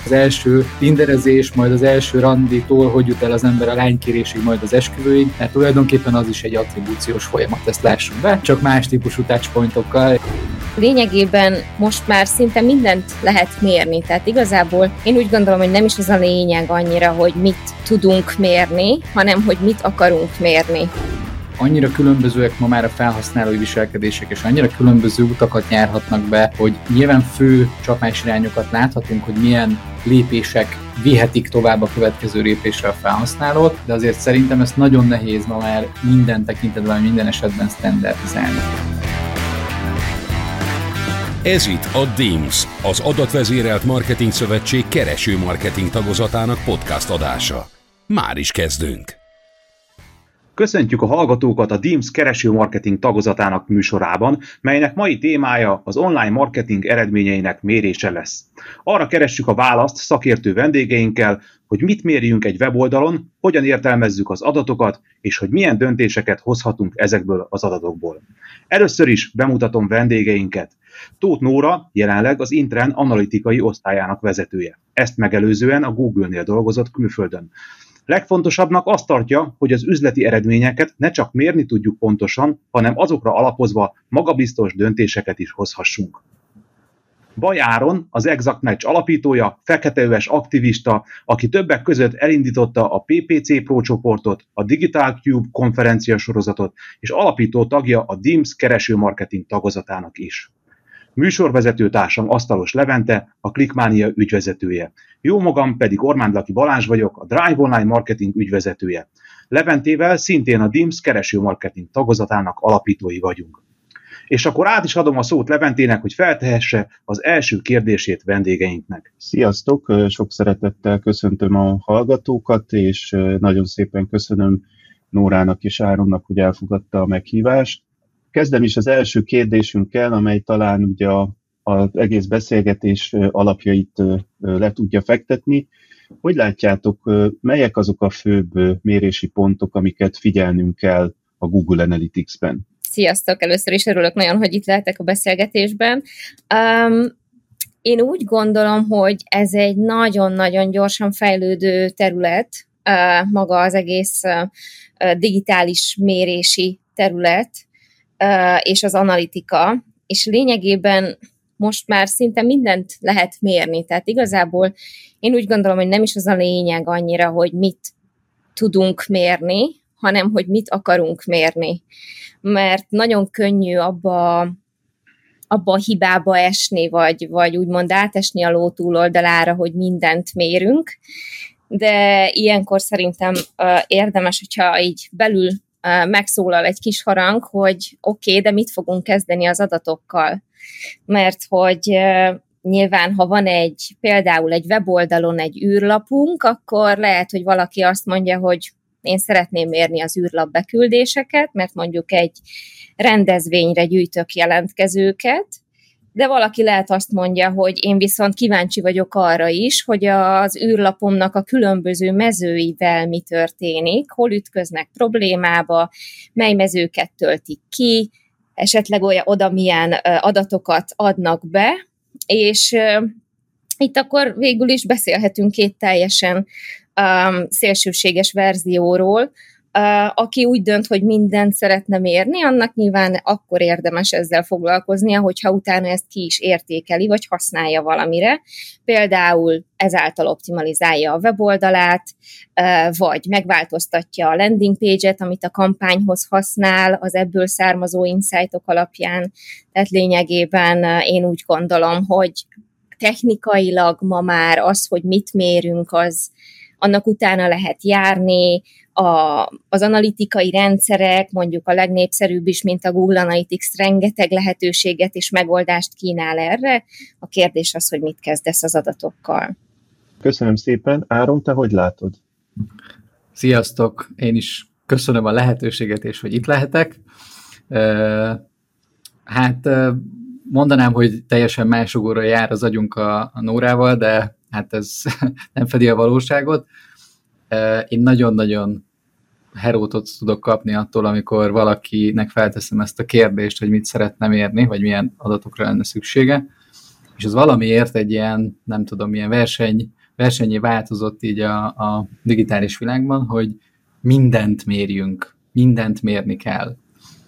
Az első tinderezés, majd az első randitól, hogy jut el az ember a lánykérésig, majd az esküvőig, mert tulajdonképpen az is egy attribúciós folyamat, ezt lássunk be, csak más típusú touchpointokkal. Lényegében most már szinte mindent lehet mérni, tehát igazából én úgy gondolom, hogy nem is az a lényeg annyira, hogy mit tudunk mérni, hanem hogy mit akarunk mérni. Annyira különbözőek ma már a felhasználói viselkedések, és annyira különböző utakat járhatnak be, hogy nyilván fő csapásirányokat láthatunk, hogy milyen lépések vihetik tovább a következő lépésre a felhasználót, de azért szerintem ezt nagyon nehéz ma már minden tekintetben, minden esetben standardizálni. Ez itt a DIMS, az Adatvezérelt Marketing Szövetség kereső marketing tagozatának podcast adása. Már is kezdünk! Köszöntjük a hallgatókat a DIMS kereső marketing tagozatának műsorában, melynek mai témája az online marketing eredményeinek mérése lesz. Arra keressük a választ szakértő vendégeinkkel, hogy mit mérjünk egy weboldalon, hogyan értelmezzük az adatokat, és hogy milyen döntéseket hozhatunk ezekből az adatokból. Először is bemutatom vendégeinket. Tóth Nóra jelenleg az Intren analitikai osztályának vezetője. Ezt megelőzően a Google-nél dolgozott külföldön. Legfontosabbnak azt tartja, hogy az üzleti eredményeket ne csak mérni tudjuk pontosan, hanem azokra alapozva magabiztos döntéseket is hozhassunk. Baj Áron, az Exact Match alapítója, feketeöves aktivista, aki többek között elindította a PPC Pro csoportot, a Digital Cube konferencia sorozatot, és alapító tagja a DIMS kereső marketing tagozatának is. Műsorvezető társam Asztalos Levente, a Clickmania ügyvezetője. Jómagam pedig Ormándlaki Balázs vagyok, a Drive Online Marketing ügyvezetője. Leventével szintén a DIMS kereső marketing tagozatának alapítói vagyunk. És akkor át is adom a szót Leventének, hogy feltehesse az első kérdését vendégeinknek. Sziasztok! Sok szeretettel köszöntöm a hallgatókat, és nagyon szépen köszönöm Nórának és Áronnak, hogy elfogadta a meghívást. Kezdem is az első kérdésünkkel, amely talán ugye az egész beszélgetés alapjait le tudja fektetni. Hogy látjátok, melyek azok a főbb mérési pontok, amiket figyelnünk kell a Google Analytics-ben? Sziasztok! Először is örülök nagyon, hogy itt lehetek a beszélgetésben. Én úgy gondolom, hogy ez egy nagyon-nagyon gyorsan fejlődő terület, maga az egész digitális mérési terület, és az analitika, és lényegében most már szinte mindent lehet mérni. Tehát igazából én úgy gondolom, hogy nem is az a lényeg annyira, hogy mit tudunk mérni, hanem hogy mit akarunk mérni. Mert nagyon könnyű abba a hibába esni, vagy úgymond átesni a ló túloldalára, hogy mindent mérünk, de ilyenkor szerintem érdemes, hogyha így belül megszólal egy kis harang, hogy oké, de mit fogunk kezdeni az adatokkal? Mert hogy nyilván, ha van például egy weboldalon egy űrlapunk, akkor lehet, hogy valaki azt mondja, hogy én szeretném mérni az űrlap beküldéseket, mert mondjuk egy rendezvényre gyűjtök jelentkezőket, de valaki lehet azt mondja, hogy én viszont kíváncsi vagyok arra is, hogy az űrlapomnak a különböző mezőivel mi történik, hol ütköznek problémába, mely mezőket töltik ki, esetleg oda milyen adatokat adnak be, és itt akkor végül is beszélhetünk két teljesen szélsőséges verzióról. Aki úgy dönt, hogy mindent szeretne mérni, annak nyilván akkor érdemes ezzel foglalkoznia, hogyha utána ezt ki is értékeli, vagy használja valamire. Például ezáltal optimalizálja a weboldalát, vagy megváltoztatja a landing page-et, amit a kampányhoz használ, az ebből származó insightok alapján. Tehát lényegében én úgy gondolom, hogy technikailag ma már az, hogy mit mérünk, annak utána lehet járni, az analitikai rendszerek, mondjuk a legnépszerűbb is, mint a Google Analytics, rengeteg lehetőséget és megoldást kínál erre. A kérdés az, hogy mit kezdesz az adatokkal. Köszönöm szépen. Áron, te hogy látod? Sziasztok! Én is köszönöm a lehetőséget, és hogy itt lehetek. Mondanám, hogy teljesen másogóra jár az agyunk a Nórával, de hát ez nem fedi a valóságot. Én nagyon-nagyon herótot tudok kapni attól, amikor valakinek felteszem ezt a kérdést, hogy mit szeretne mérni, vagy milyen adatokra lenne szüksége, és az valamiért egy ilyen, nem tudom, ilyen verseny versennyé változott így a digitális világban, hogy mindent mérjünk, mindent mérni kell.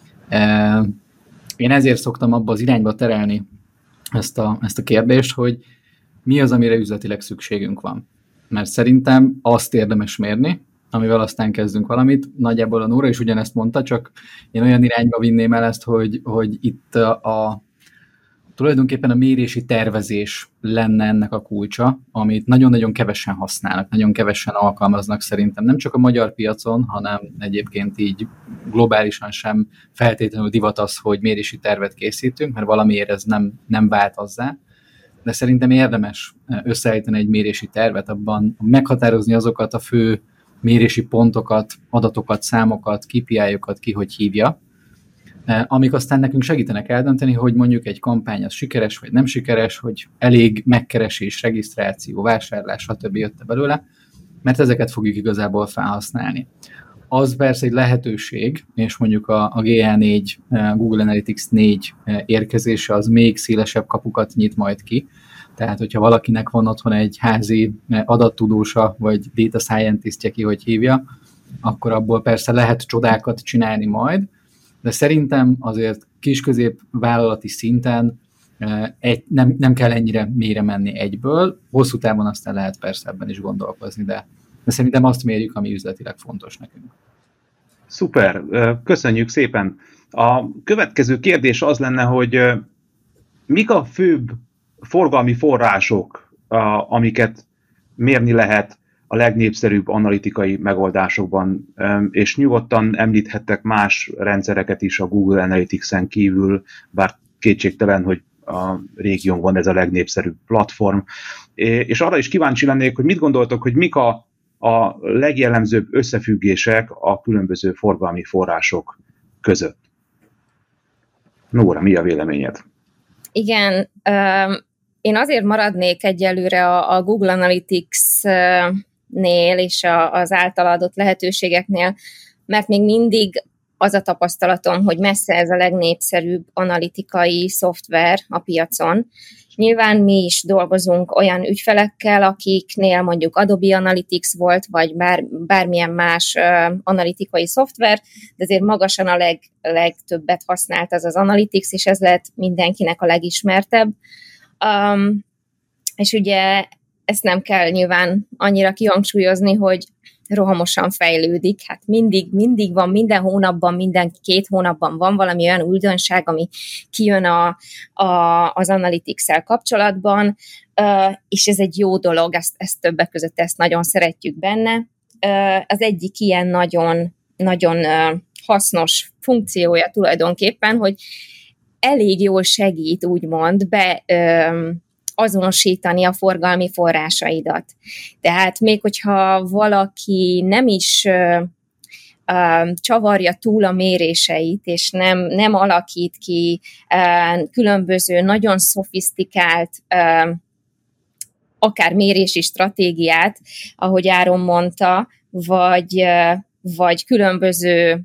Én ezért szoktam abba az irányba terelni ezt a kérdést, hogy mi az, amire üzletileg szükségünk van. Mert szerintem azt érdemes mérni, amivel aztán kezdünk valamit. Nagyjából a Nóra is ugyanezt mondta, csak én olyan irányba vinném el ezt, hogy itt tulajdonképpen a mérési tervezés lenne ennek a kulcsa, amit nagyon-nagyon kevesen használnak, nagyon kevesen alkalmaznak szerintem. Nem csak a magyar piacon, hanem egyébként így globálisan sem feltétlenül divat az, hogy mérési tervet készítünk, mert valamiért ez nem vált azzá. De szerintem érdemes összeállítani egy mérési tervet, abban meghatározni azokat a fő mérési pontokat, adatokat, számokat, KPI-okat ki, hogy hívja, amik aztán nekünk segítenek eldönteni, hogy mondjuk egy kampány az sikeres vagy nem sikeres, hogy elég megkeresés, regisztráció, vásárlás, stb. Jött belőle, mert ezeket fogjuk igazából felhasználni. Az persze egy lehetőség, és mondjuk a GA4, Google Analytics 4 érkezése az még szélesebb kapukat nyit majd ki. Tehát, hogyha valakinek van otthon egy házi adattudósa, vagy data scientistje, ki hogy hívja, akkor abból persze lehet csodákat csinálni majd, de szerintem azért kis-közép vállalati szinten nem kell ennyire mélyre menni egyből, hosszú távon aztán lehet persze ebben is gondolkozni, de szerintem azt mérjük, ami üzletileg fontos nekünk. Szuper, köszönjük szépen. A következő kérdés az lenne, hogy mik a főbb forgalmi források, amiket mérni lehet a legnépszerűbb analitikai megoldásokban, és nyugodtan említhettek más rendszereket is a Google Analytics-en kívül, bár kétségtelen, hogy a régiónkban ez a legnépszerűbb platform. És arra is kíváncsi lennék, hogy mit gondoltok, hogy mik a legjellemzőbb összefüggések a különböző forgalmi források között. Nóra, mi a véleményed? Igen, én azért maradnék egyelőre a Google Analytics-nél és az általa adott lehetőségeknél, mert még mindig az a tapasztalatom, hogy messze ez a legnépszerűbb analitikai szoftver a piacon. Nyilván mi is dolgozunk olyan ügyfelekkel, akiknél mondjuk Adobe Analytics volt, vagy bármilyen más analitikai szoftver, de azért magasan a legtöbbet használt az Analytics, és ez lett mindenkinek a legismertebb. És ugye ezt nem kell nyilván annyira kihangsúlyozni, hogy rohamosan fejlődik, hát mindig van, minden hónapban, minden 2 hónapban van valami olyan újdonság, ami kijön az Analytics-szel kapcsolatban, és ez egy jó dolog, ezt többek között ezt nagyon szeretjük benne. Az egyik ilyen nagyon, nagyon hasznos funkciója tulajdonképpen, hogy elég jól segít, úgymond, azonosítani a forgalmi forrásaidat. Tehát még hogyha valaki nem is csavarja túl a méréseit, és nem alakít ki különböző, nagyon szofisztikált akár mérési stratégiát, ahogy Áron mondta, vagy különböző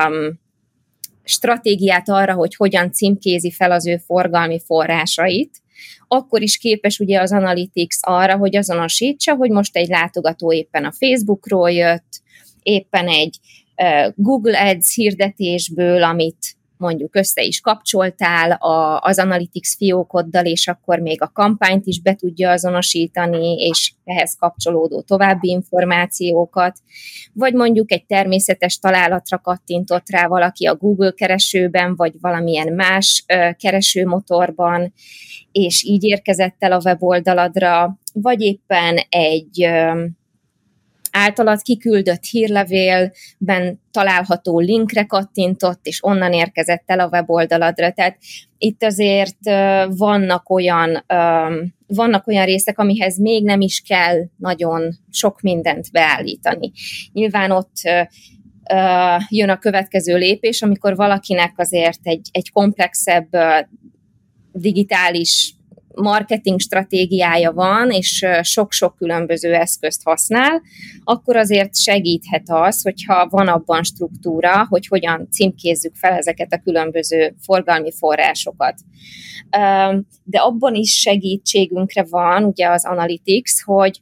stratégiát arra, hogy hogyan címkézi fel az ő forgalmi forrásait, akkor is képes ugye az Analytics arra, hogy azonosítsa, hogy most egy látogató éppen a Facebookról jött, éppen egy Google Ads hirdetésből, amit mondjuk össze is kapcsoltál az Analytics fiókoddal, és akkor még a kampányt is be tudja azonosítani, és ehhez kapcsolódó további információkat, vagy mondjuk egy természetes találatra kattintott rá valaki a Google keresőben, vagy valamilyen más keresőmotorban, és így érkezett el a weboldaladra, vagy éppen egy általad kiküldött hírlevélben található linkre kattintott, és onnan érkezett el a weboldaladra. Tehát itt azért vannak olyan részek, amihez még nem is kell nagyon sok mindent beállítani. Nyilván ott jön a következő lépés, amikor valakinek azért egy komplexebb digitális marketing stratégiája van, és sok-sok különböző eszközt használ, akkor azért segíthet az, hogyha van abban struktúra, hogy hogyan címkézzük fel ezeket a különböző forgalmi forrásokat. De abban is segítségünkre van ugye az Analytics, hogy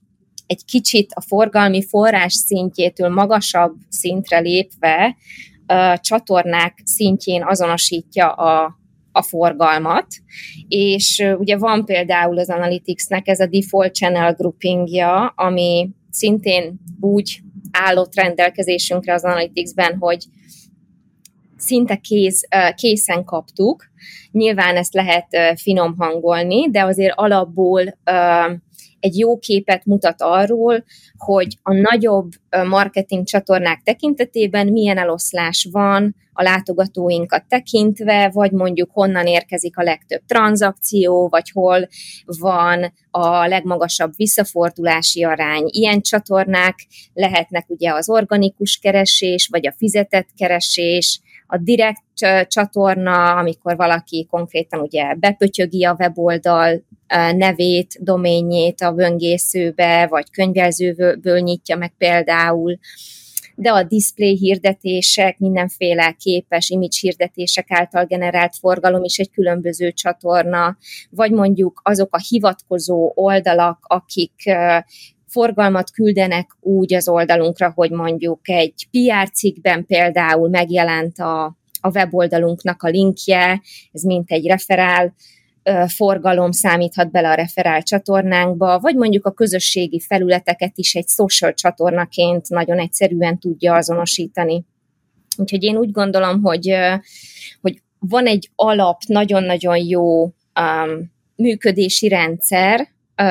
egy kicsit a forgalmi forrás szintjétől magasabb szintre lépve csatornák szintjén azonosítja a forgalmat, és ugye van például az Analyticsnek ez a default channel groupingja, ami szintén úgy állott rendelkezésünkre az Analyticsben, hogy szinte készen kaptuk. Nyilván ezt lehet finom hangolni, de azért alapból egy jó képet mutat arról, hogy a nagyobb marketing csatornák tekintetében milyen eloszlás van a látogatóinkat tekintve, vagy mondjuk honnan érkezik a legtöbb tranzakció, vagy hol van a legmagasabb visszafordulási arány. Ilyen csatornák lehetnek ugye az organikus keresés, vagy a fizetett keresés, a direkt csatorna, amikor valaki konkrétan ugye bepötyögi a weboldal nevét, doménjét a böngészőbe, vagy könyvelzőből nyitja meg például, de a display hirdetések, mindenféle képes image hirdetések által generált forgalom is egy különböző csatorna, vagy mondjuk azok a hivatkozó oldalak, akik forgalmat küldenek úgy az oldalunkra, hogy mondjuk egy PR cikkben például megjelent a weboldalunknak a linkje, ez mint egy referál forgalom számíthat bele a referál csatornánkba, vagy mondjuk a közösségi felületeket is egy social csatornaként nagyon egyszerűen tudja azonosítani. Úgyhogy én úgy gondolom, hogy van egy alap, nagyon-nagyon jó működési rendszer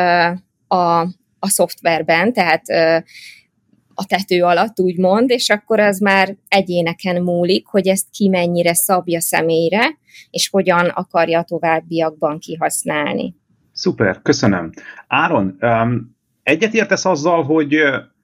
a szoftverben, tehát a tető alatt úgymond, és akkor az már egyéneken múlik, hogy ezt ki mennyire szabja személyre, és hogyan akarja a továbbiakban kihasználni. Szuper, köszönöm. Áron, egyetértesz azzal, hogy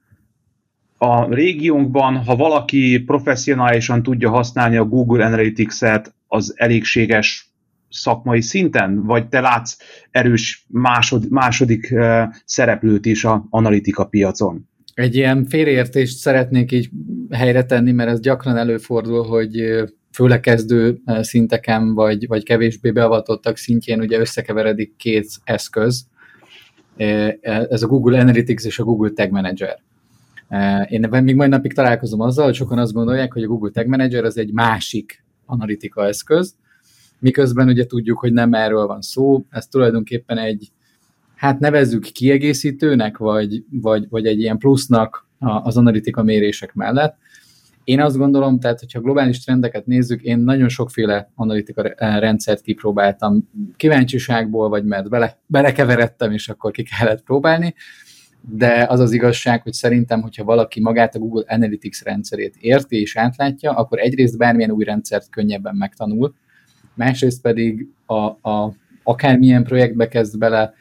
a régiónkban, ha valaki professzionálisan tudja használni a Google Analytics-et, az elégséges szakmai szinten? Vagy te látsz erős második szereplőt is az analitika piacon? Egy ilyen félreértést szeretnék így helyre tenni, mert ez gyakran előfordul, hogy főleg kezdő szinteken, vagy kevésbé beavatottak szintjén ugye összekeveredik két eszköz. Ez a Google Analytics és a Google Tag Manager. Én még mai napig találkozom azzal, hogy sokan azt gondolják, hogy a Google Tag Manager az egy másik analitika eszköz, miközben ugye tudjuk, hogy nem erről van szó. Ez tulajdonképpen egy, hát nevezzük kiegészítőnek, vagy egy ilyen plusznak az analitika mérések mellett. Én azt gondolom, tehát, hogyha globális trendeket nézzük, én nagyon sokféle analitika rendszert kipróbáltam kíváncsiságból, vagy mert belekeveredtem, és akkor ki kellett próbálni, de az az igazság, hogy szerintem, hogyha valaki magát a Google Analytics rendszerét érti és átlátja, akkor egyrészt bármilyen új rendszert könnyebben megtanul, másrészt pedig akármilyen projektbe kezd bele,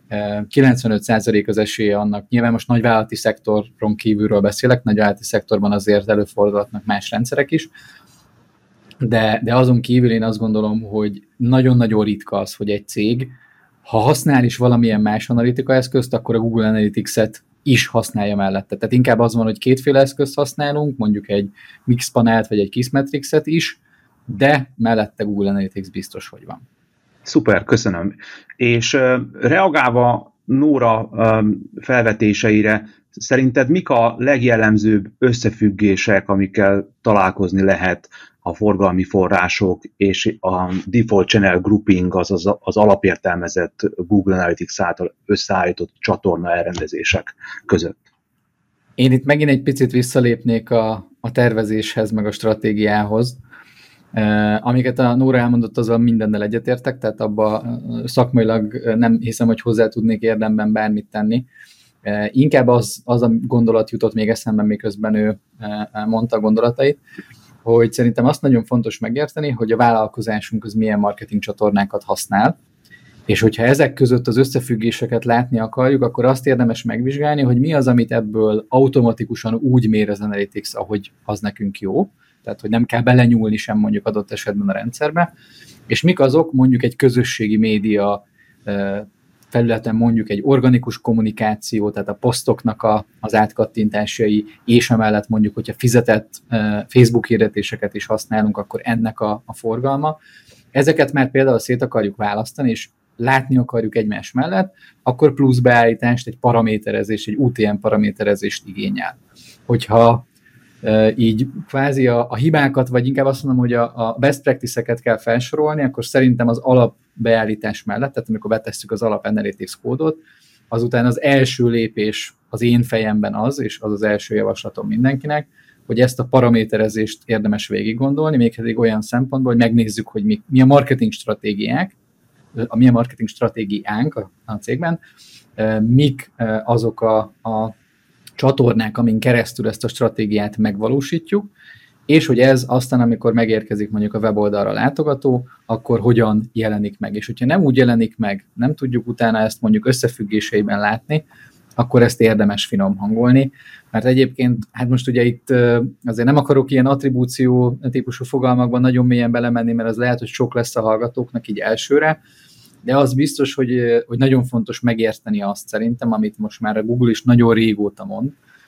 95% az esélye annak, nyilván most nagyvállalati szektoron kívülről beszélek, nagyvállalati szektorban azért előfordulhatnak más rendszerek is, de azon kívül én azt gondolom, hogy nagyon-nagyon ritka az, hogy egy cég, ha használ is valamilyen más analitika eszközt, akkor a Google Analytics-et is használja mellette. Tehát inkább az van, hogy kétféle eszközt használunk, mondjuk egy Mixpanelt vagy egy Kissmetrics-et is, de mellette Google Analytics biztos, hogy van. Szuper, köszönöm. És reagálva Nóra felvetéseire, szerinted mik a legjellemzőbb összefüggések, amikkel találkozni lehet a forgalmi források és a default channel grouping, az alapértelmezett Google Analytics által összeállított csatorna elrendezések között? Én itt megint egy picit visszalépnék a tervezéshez, meg a stratégiához. Amiket a Nóra elmondott, azzal mindennel egyetértek, tehát abban szakmailag nem hiszem, hogy hozzá tudnék érdemben bármit tenni. Inkább az a gondolat jutott még eszembe, miközben ő mondta a gondolatait, hogy szerintem azt nagyon fontos megérteni, hogy a vállalkozásunk az milyen marketing csatornákat használ, és hogyha ezek között az összefüggéseket látni akarjuk, akkor azt érdemes megvizsgálni, hogy mi az, amit ebből automatikusan úgy mér az Analytics, ahogy az nekünk jó, tehát hogy nem kell belenyúlni sem mondjuk adott esetben a rendszerbe, és mik azok mondjuk egy közösségi média felületen mondjuk egy organikus kommunikáció, tehát a posztoknak az átkattintásai, és emellett mondjuk, hogyha fizetett Facebook hirdetéseket is használunk, akkor ennek a forgalma. Ezeket már például szét akarjuk választani, és látni akarjuk egymás mellett, akkor plusz beállítást, egy paraméterezést, egy UTM paraméterezést igényel. Hogyha így kvázi a hibákat, vagy inkább azt mondom, hogy a best practice-eket kell felsorolni, akkor szerintem az alapbeállítás mellett, tehát amikor betesszük az alap analytics kódot, azután az első lépés az én fejemben az, és az első javaslatom mindenkinek, hogy ezt a paraméterezést érdemes végig gondolni, mégpedig olyan szempontból, hogy megnézzük, hogy mi a marketing stratégiánk a cégben, mik azok a csatornák, amin keresztül ezt a stratégiát megvalósítjuk, és hogy ez aztán, amikor megérkezik mondjuk a weboldalra látogató, akkor hogyan jelenik meg. És hogyha nem úgy jelenik meg, nem tudjuk utána ezt mondjuk összefüggéseiben látni, akkor ezt érdemes finom hangolni, mert egyébként, hát most ugye itt azért nem akarok ilyen attribúció típusú fogalmakban nagyon mélyen belemenni, mert az lehet, hogy sok lesz a hallgatóknak így elsőre, de az biztos, hogy nagyon fontos megérteni azt szerintem, amit most már a Google is nagyon régóta mond,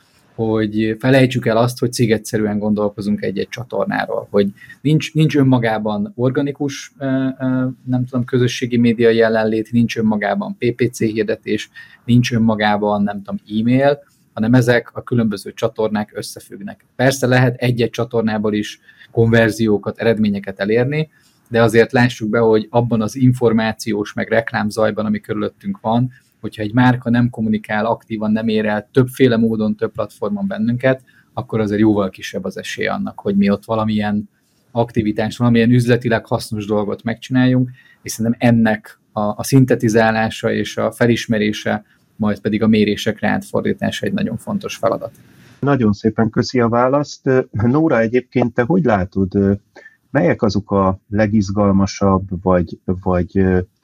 hogy felejtsük el azt, hogy cégegyszerűen gondolkozunk egy-egy csatornáról, hogy nincs önmagában organikus, nem tudom, közösségi média jelenlét, nincs önmagában PPC hirdetés, nincs önmagában, nem tudom, e-mail, hanem ezek a különböző csatornák összefüggnek. Persze lehet egy-egy csatornából is konverziókat, eredményeket elérni, de azért lássuk be, hogy abban az információs meg reklámzajban, ami körülöttünk van, hogyha egy márka nem kommunikál aktívan, nem ér el többféle módon, több platformon bennünket, akkor azért jóval kisebb az esély annak, hogy mi ott valamilyen aktivitás, valamilyen üzletileg hasznos dolgot megcsináljunk, és szerintem ennek a szintetizálása és a felismerése, majd pedig a mérésekre átfordítása egy nagyon fontos feladat. Nagyon szépen köszi a választ. Nóra, egyébként te hogy látod, melyek azok a legizgalmasabb, vagy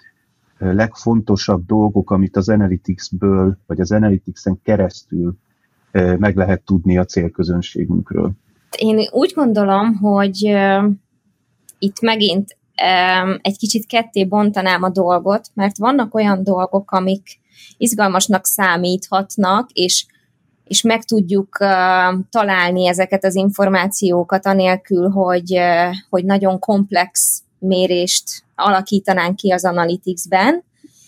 legfontosabb dolgok, amit az Analytics-ből, vagy az Analytics-en keresztül meg lehet tudni a célközönségünkről? Én úgy gondolom, hogy itt megint egy kicsit ketté bontanám a dolgot, mert vannak olyan dolgok, amik izgalmasnak számíthatnak, és meg tudjuk találni ezeket az információkat anélkül, hogy nagyon komplex mérést alakítanánk ki az Analytics-ben,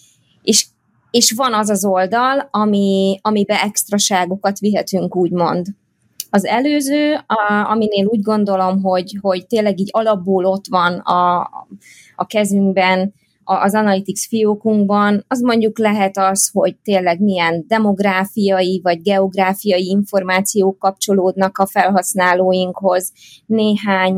és van az az oldal, amiben extraságokat vihetünk, úgymond. Az előző, aminél úgy gondolom, hogy tényleg így alapból ott van a kezünkben, az Analytics fiókunkban, az mondjuk lehet az, hogy tényleg milyen demográfiai vagy geográfiai információk kapcsolódnak a felhasználóinkhoz. Néhány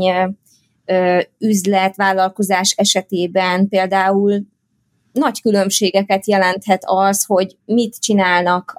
üzlet, vállalkozás esetében például nagy különbségeket jelenthet az, hogy mit csinálnak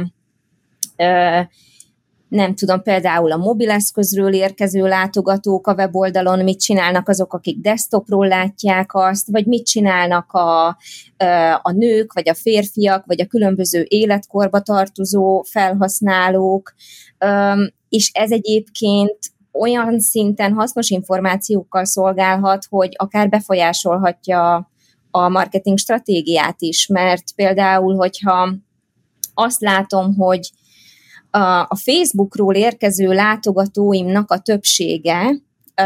nem tudom, például a mobileszközről érkező látogatók a weboldalon, mit csinálnak azok, akik desktopról látják azt, vagy mit csinálnak a nők, vagy a férfiak, vagy a különböző életkorba tartozó felhasználók, és ez egyébként olyan szinten hasznos információkkal szolgálhat, hogy akár befolyásolhatja a marketing stratégiát is, mert például, hogyha azt látom, hogy a Facebookról érkező látogatóimnak a többsége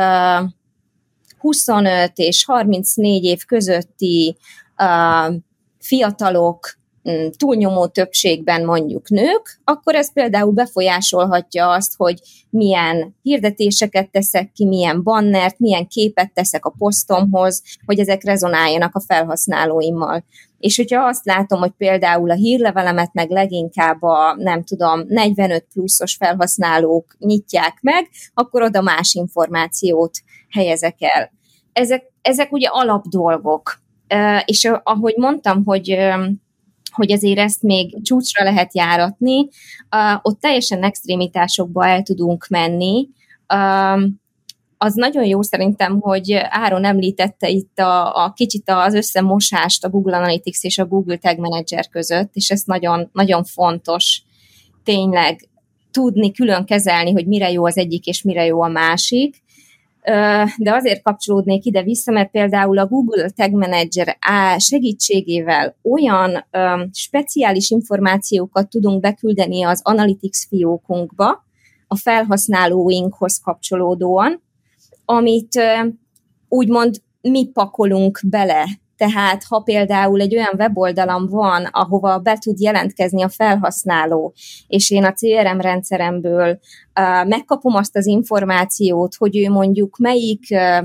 25 és 34 év közötti fiatalok, túlnyomó többségben mondjuk nők, akkor ez például befolyásolhatja azt, hogy milyen hirdetéseket teszek ki, milyen bannert, milyen képet teszek a posztomhoz, hogy ezek rezonáljanak a felhasználóimmal. És hogyha azt látom, hogy például a hírlevelemet meg leginkább a, nem tudom, 45 pluszos felhasználók nyitják meg, akkor oda más információt helyezek el. Ezek ugye alapdolgok. És ahogy mondtam, hogy azért ezt még csúcsra lehet járatni, ott teljesen extrémitásokba el tudunk menni. Az nagyon jó szerintem, hogy Áron említette itt a kicsit az összemosást a Google Analytics és a Google Tag Manager között, és ez nagyon, nagyon fontos tényleg tudni, külön kezelni, hogy mire jó az egyik és mire jó a másik. De azért kapcsolódnék ide-vissza, mert például a Google Tag Manager segítségével olyan speciális információkat tudunk beküldeni az Analytics fiókunkba, a felhasználóinkhoz kapcsolódóan, amit úgymond mi pakolunk bele Tehát ha például egy olyan weboldalam van, ahova be tud jelentkezni a felhasználó, és én a CRM rendszeremből megkapom azt az információt, hogy ő mondjuk melyik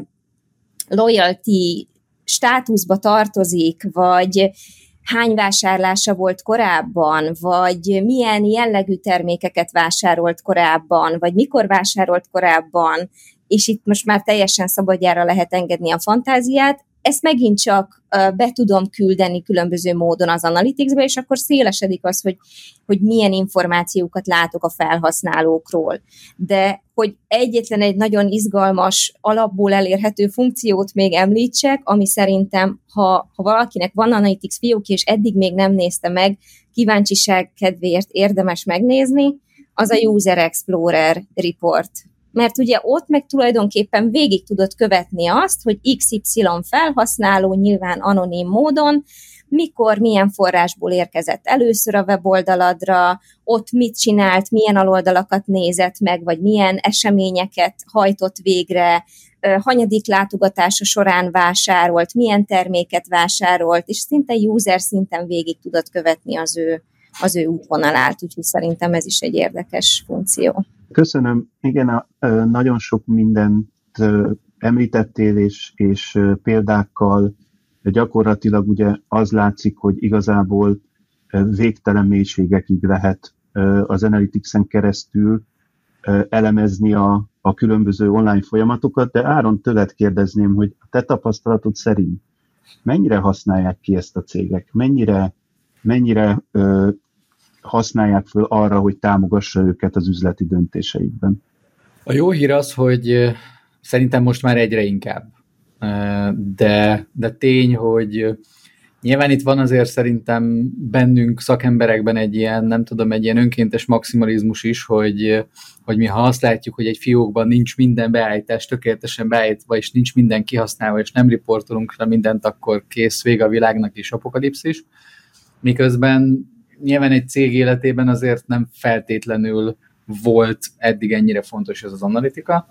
loyalty státuszba tartozik, vagy hány vásárlása volt korábban, vagy milyen jellegű termékeket vásárolt korábban, vagy mikor vásárolt korábban, és itt most már teljesen szabadjára lehet engedni a fantáziát, ezt megint csak be tudom küldeni különböző módon az Analytics-be, és akkor szélesedik az, hogy milyen információkat látok a felhasználókról. De hogy egyetlen egy nagyon izgalmas, alapból elérhető funkciót még említsek, ami szerintem, ha valakinek van Analytics fiókja, és eddig még nem nézte meg, kíváncsiság kedvéért érdemes megnézni, az a User Explorer Report. Mert ugye ott meg tulajdonképpen végig tudod követni azt, hogy XY felhasználó nyilván anonim módon, mikor, milyen forrásból érkezett először a weboldaladra, ott mit csinált, milyen aloldalakat nézett meg, vagy milyen eseményeket hajtott végre, hanyadik látogatása során vásárolt, milyen terméket vásárolt, és szinte user szinten végig tudod követni az ő útvonalát, úgyhogy szerintem ez is egy érdekes funkció. Köszönöm. Igen, nagyon sok mindent említettél, és példákkal gyakorlatilag ugye az látszik, hogy igazából végtelen mélységekig lehet az Analytics-en keresztül elemezni a különböző online folyamatokat, de Áron, tőled kérdezném, hogy a te tapasztalatod szerint mennyire használják ki ezt a cégek? Mennyire használják föl arra, hogy támogassa őket az üzleti döntéseikben? A jó hír az, hogy szerintem most már egyre inkább. De tény, hogy nyilván itt van azért szerintem bennünk szakemberekben egy ilyen, egy ilyen önkéntes maximalizmus is, hogy mi ha azt látjuk, hogy egy fiókban nincs minden beállítás tökéletesen beállítva, és nincs minden kihasználva, és nem riportolunk rá mindent, akkor kész, vége a világnak és apokalipszis. Miközben nyilván egy cég életében azért nem feltétlenül volt eddig ennyire fontos ez az analitika,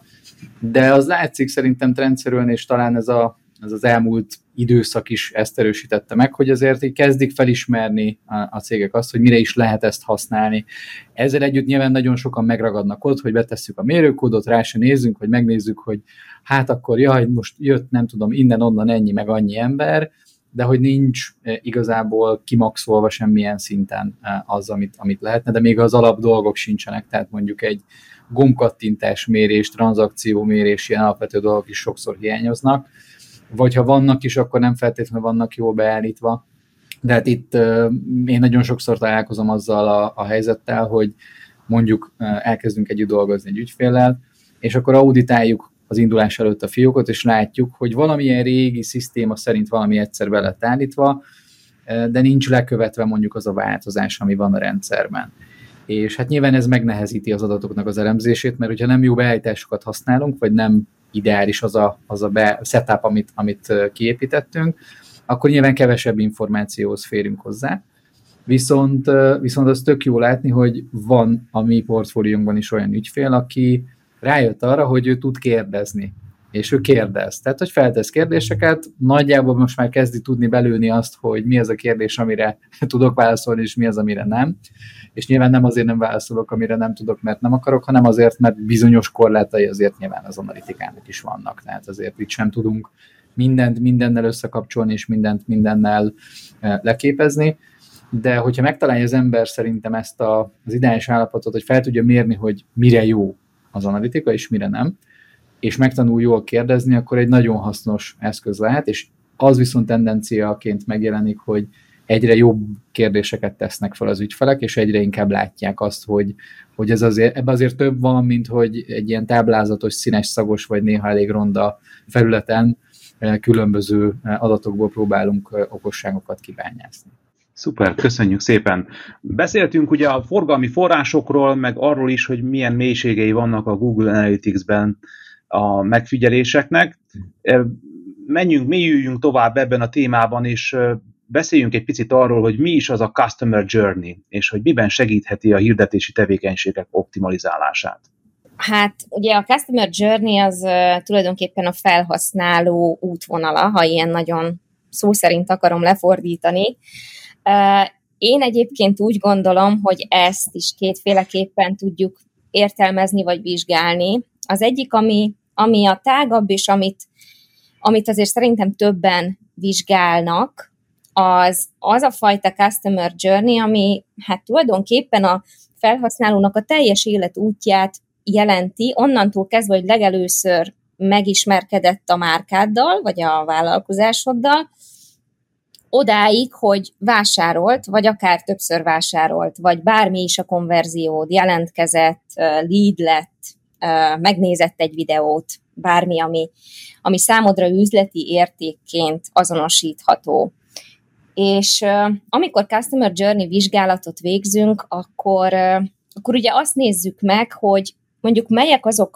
de az látszik szerintem trendszerűen, és talán ez az elmúlt időszak is ezt erősítette meg, hogy azért így kezdik felismerni a cégek azt, hogy mire is lehet ezt használni. Ezzel együtt nyilván nagyon sokan megragadnak ott, hogy betesszük a mérőkódot, rá se nézzünk, hogy megnézzük, hogy hát akkor most jött innen-onnan ennyi meg annyi ember, de hogy nincs igazából kimaxolva semmilyen szinten az, amit lehetne, de még az alap dolgok sincsenek, tehát mondjuk egy gombkattintás mérés, tranzakciómérés, ilyen alapvető dolgok is sokszor hiányoznak, vagy ha vannak is, akkor nem feltétlenül vannak jól beállítva. De hát itt én nagyon sokszor találkozom azzal a helyzettel, hogy mondjuk elkezdünk együtt dolgozni egy ügyféllel, és akkor auditáljuk az indulás előtt a fiókot, és látjuk, hogy valamilyen régi szisztéma szerint valami egyszer be lett állítva, de nincs lekövetve mondjuk az a változás, ami van a rendszerben. És hát nyilván ez megnehezíti az adatoknak az elemzését, mert hogyha nem jó beállításokat használunk, vagy nem ideális az a setup, amit kiépítettünk, akkor nyilván kevesebb információhoz férünk hozzá. Viszont az tök jó látni, hogy van a mi portfóliónkban is olyan ügyfél, aki rájött arra, hogy ő tud kérdezni, és ő kérdez. Tehát, hogy feltesz kérdéseket, nagyjából most már kezdi tudni belőni azt, hogy mi az a kérdés, amire tudok válaszolni, és mi az, amire nem. És nyilván nem azért nem válaszolok, amire nem tudok, mert nem akarok, hanem azért, mert bizonyos korlátai azért nyilván az analitikának is vannak. Tehát azért itt sem tudunk mindent mindennel összekapcsolni, és mindent mindennel leképezni. De hogyha megtalálja az ember szerintem ezt az ideális állapotot, hogy fel tudja mérni, hogy mire jó az analitika, és mire nem, és megtanul jól kérdezni, akkor egy nagyon hasznos eszköz lehet, és az viszont tendenciaként megjelenik, hogy egyre jobb kérdéseket tesznek fel az ügyfelek, és egyre inkább látják azt, hogy ebben azért több van, mint hogy egy ilyen táblázatos, színes, szagos, vagy néha elég ronda felületen különböző adatokból próbálunk okosságokat kibányászni. Szuper, köszönjük szépen. Beszéltünk ugye a forgalmi forrásokról, meg arról is, hogy milyen mélységei vannak a Google Analytics-ben a megfigyeléseknek. Mélyüljünk tovább ebben a témában, és beszéljünk egy picit arról, hogy mi is az a Customer Journey, és hogy miben segítheti a hirdetési tevékenységek optimalizálását. Hát ugye a Customer Journey az tulajdonképpen a felhasználó útvonala, ha ilyen nagyon szó szerint akarom lefordítani. Én egyébként úgy gondolom, hogy ezt is kétféleképpen tudjuk értelmezni vagy vizsgálni. Az egyik, ami a tágabb, és amit azért szerintem többen vizsgálnak, az a fajta customer journey, ami hát tulajdonképpen a felhasználónak a teljes életútját jelenti, onnantól kezdve, hogy legelőször megismerkedett a márkáddal, vagy a vállalkozásoddal, odáig, hogy vásárolt, vagy akár többször vásárolt, vagy bármi is a konverziód, jelentkezett, lead lett, megnézett egy videót, bármi, ami számodra üzleti értékként azonosítható. És amikor Customer Journey vizsgálatot végzünk, akkor ugye azt nézzük meg, hogy mondjuk melyek azok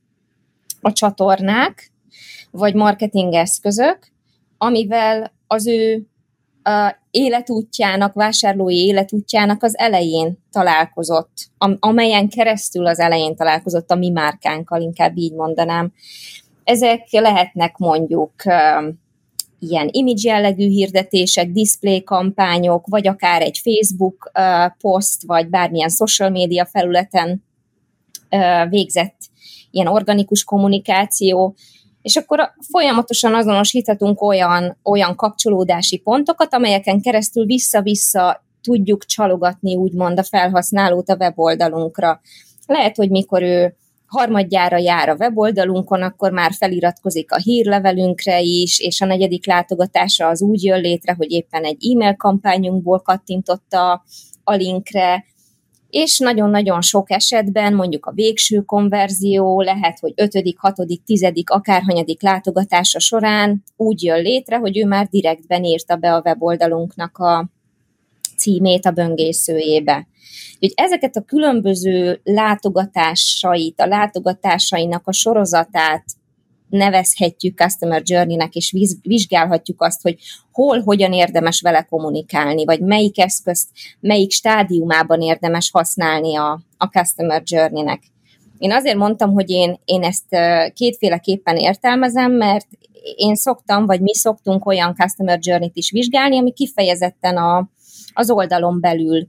a csatornák, vagy marketing eszközök, amivel az ő életútjának, vásárlói életútjának az elején találkozott, amelyen keresztül az elején találkozott a mi márkánkkal, inkább így mondanám. Ezek lehetnek mondjuk ilyen image jellegű hirdetések, display kampányok, vagy akár egy Facebook poszt, vagy bármilyen social media felületen végzett ilyen organikus kommunikáció, és akkor folyamatosan azonosíthatunk olyan kapcsolódási pontokat, amelyeken keresztül vissza-vissza tudjuk csalogatni, úgymond a felhasználót a weboldalunkra. Lehet, hogy mikor ő harmadjára jár a weboldalunkon, akkor már feliratkozik a hírlevelünkre is, és a 4. látogatása az úgy jön létre, hogy éppen egy e-mail kampányunkból kattintott a linkre, és nagyon-nagyon sok esetben mondjuk a végső konverzió lehet, hogy 5., 6., 10., akárhanyadik látogatása során úgy jön létre, hogy ő már direktben írta be a weboldalunknak a címét a böngészőjébe. Úgyhogy ezeket a különböző látogatásait, a látogatásainak a sorozatát nevezhetjük Customer Journey-nek, és vizsgálhatjuk azt, hogy hol, hogyan érdemes vele kommunikálni, vagy melyik eszközt, melyik stádiumában érdemes használni a Customer Journey-nek. Én azért mondtam, hogy én ezt kétféleképpen értelmezem, mert én szoktam, vagy mi szoktunk olyan Customer Journey-t is vizsgálni, ami kifejezetten az oldalon belül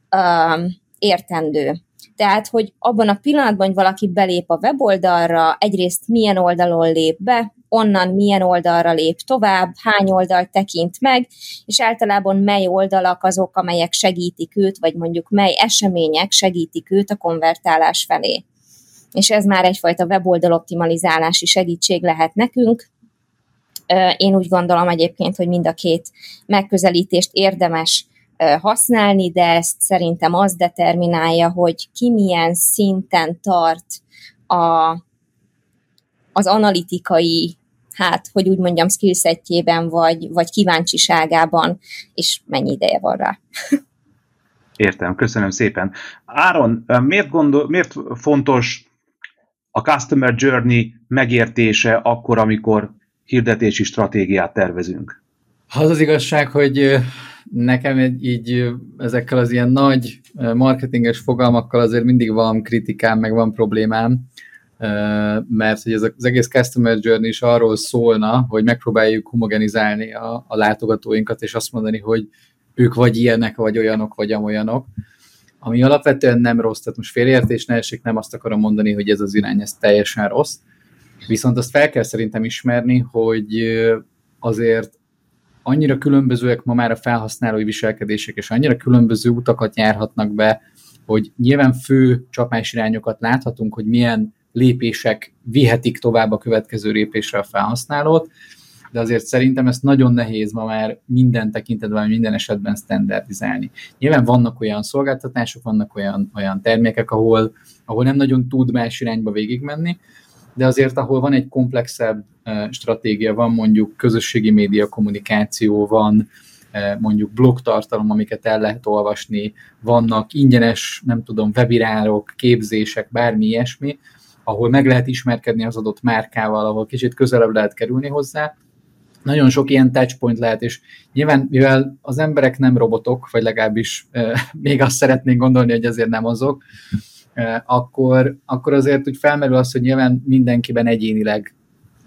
értendő. Tehát, hogy abban a pillanatban, hogy valaki belép a weboldalra, egyrészt milyen oldalon lép be, onnan milyen oldalra lép tovább, hány oldalt tekint meg, és általában mely oldalak azok, amelyek segítik őt, vagy mondjuk mely események segítik őt a konvertálás felé. És ez már egyfajta weboldal optimalizálási segítség lehet nekünk. Én úgy gondolom egyébként, hogy mind a két megközelítést érdemes használni, de ezt szerintem az determinálja, hogy ki milyen szinten tart az analitikai, hogy úgy mondjam, skillsetjében, vagy kíváncsiságában, és mennyi ideje van rá. Értem, köszönöm szépen. Áron, miért fontos a Customer Journey megértése akkor, amikor hirdetési stratégiát tervezünk? Az az igazság, hogy nekem így ezekkel az ilyen nagy marketinges fogalmakkal azért mindig van kritikám, meg van problémám, mert hogy ez az egész Customer Journey is arról szólna, hogy megpróbáljuk homogenizálni a látogatóinkat, és azt mondani, hogy ők vagy ilyenek, vagy olyanok, vagy amolyanok, ami alapvetően nem rossz, tehát most félreértés ne esik, nem azt akarom mondani, hogy ez az irány, ez teljesen rossz, viszont azt fel kell szerintem ismerni, hogy azért annyira különbözőek ma már a felhasználói viselkedések, és annyira különböző utakat járhatnak be, hogy nyilván fő csapásirányokat láthatunk, hogy milyen lépések vihetik tovább a következő lépésre a felhasználót, de azért szerintem ezt nagyon nehéz ma már minden tekintetben, minden esetben standardizálni. Nyilván vannak olyan szolgáltatások, vannak olyan termékek, ahol nem nagyon tud más irányba végigmenni, de azért, ahol van egy komplexebb stratégia, van mondjuk közösségi média kommunikáció, van mondjuk blogtartalom, amiket el lehet olvasni, vannak ingyenes, webinárok, képzések, bármi ilyesmi, ahol meg lehet ismerkedni az adott márkával, ahol kicsit közelebb lehet kerülni hozzá. Nagyon sok ilyen touchpoint lehet, és nyilván, mivel az emberek nem robotok, vagy legalábbis még azt szeretnénk gondolni, hogy azért nem azok, akkor azért úgy felmerül az, hogy nyilván mindenkiben egyénileg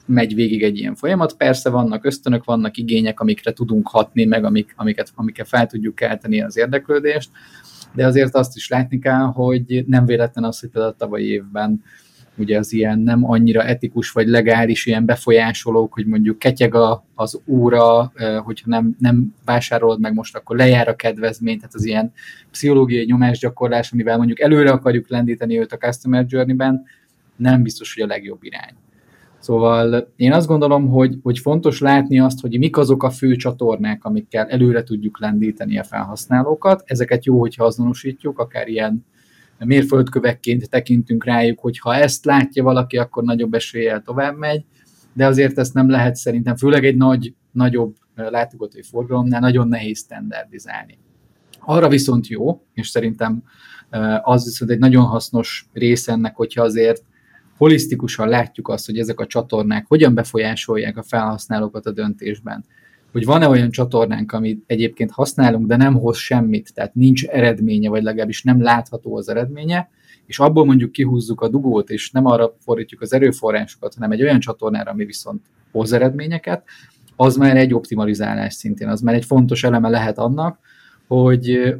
megy végig egy ilyen folyamat. Persze vannak ösztönök, vannak igények, amikre tudunk hatni, meg amiket fel tudjuk kelteni az érdeklődést, de azért azt is látni kell, hogy nem véletlen az, hogy például a tavalyi évben ugye az ilyen nem annyira etikus vagy legális ilyen befolyásolók, hogy mondjuk ketyeg az óra, hogyha nem vásárolod meg most, akkor lejár a kedvezmény, tehát az ilyen pszichológiai nyomásgyakorlás, amivel mondjuk előre akarjuk lendíteni őt a Customer Journey-ben, nem biztos, hogy a legjobb irány. Szóval én azt gondolom, hogy fontos látni azt, hogy mik azok a fő csatornák, amikkel előre tudjuk lendíteni a felhasználókat. Ezeket jó, hogyha azonosítjuk, akár ilyen mérföldkövekként tekintünk rájuk, hogy ha ezt látja valaki, akkor nagyobb eséllyel tovább megy, de azért ezt nem lehet szerintem, főleg egy nagyobb látogatói forgalomnál nagyon nehéz standardizálni. Arra viszont jó, és szerintem az viszont egy nagyon hasznos rész ennek, hogyha azért holisztikusan látjuk azt, hogy ezek a csatornák hogyan befolyásolják a felhasználókat a döntésben. Hogy van-e olyan csatornánk, amit egyébként használunk, de nem hoz semmit, tehát nincs eredménye, vagy legalábbis nem látható az eredménye, és abból mondjuk kihúzzuk a dugót, és nem arra fordítjuk az erőforrásokat, hanem egy olyan csatornára, ami viszont hoz eredményeket, az már egy optimalizálás szintén, az már egy fontos eleme lehet annak, hogy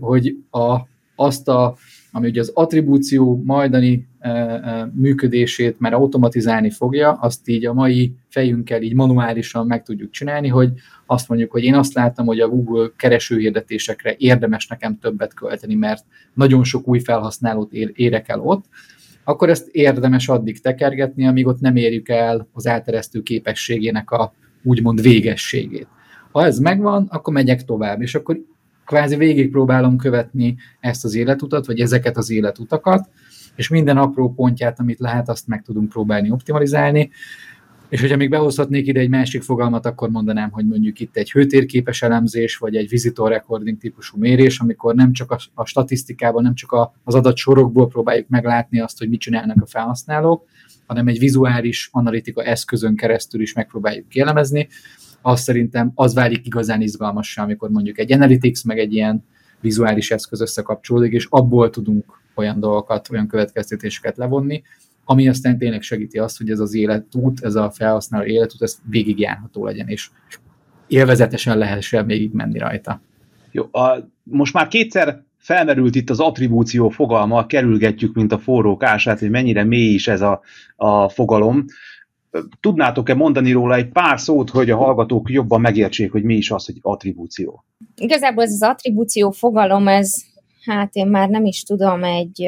ami ugye az attribúció majdani működését már automatizálni fogja, azt így a mai fejünkkel így manuálisan meg tudjuk csinálni, hogy azt mondjuk, hogy én azt láttam, hogy a Google keresőhirdetésekre érdemes nekem többet költeni, mert nagyon sok új felhasználót érek el ott, akkor ezt érdemes addig tekergetni, amíg ott nem érjük el az áteresztő képességének a úgymond végességét. Ha ez megvan, akkor megyek tovább, és akkor kvázi végigpróbálom követni ezt az életutat, vagy ezeket az életutakat, és minden apró pontját, amit lehet, azt meg tudunk próbálni optimalizálni. És hogyha még behozhatnék ide egy másik fogalmat, akkor mondanám, hogy mondjuk itt egy hőtérképes elemzés, vagy egy visitor recording típusú mérés, amikor nem csak a statisztikában, nem csak az adatsorokból próbáljuk meglátni azt, hogy mit csinálnak a felhasználók, hanem egy vizuális analitika eszközön keresztül is megpróbáljuk kielemezni. Azt szerintem az válik igazán izgalmassá, amikor mondjuk egy analytics, meg egy ilyen vizuális eszköz összekapcsolódik, és abból tudunk olyan dolgokat, olyan következtetéseket levonni, ami aztán tényleg segíti azt, hogy ez az életút, ez a felhasználó életút, ez végigjárható legyen, és élvezetesen lehessen végig menni rajta. Jó, most már kétszer felmerült itt az attribúció fogalma, kerülgetjük, mint a forró kását, hogy mennyire mély is ez a fogalom. Tudnátok-e mondani róla egy pár szót, hogy a hallgatók jobban megértsék, hogy mi is az, hogy attribúció? Igazából ez az attribúció fogalom, hát én már nem is tudom,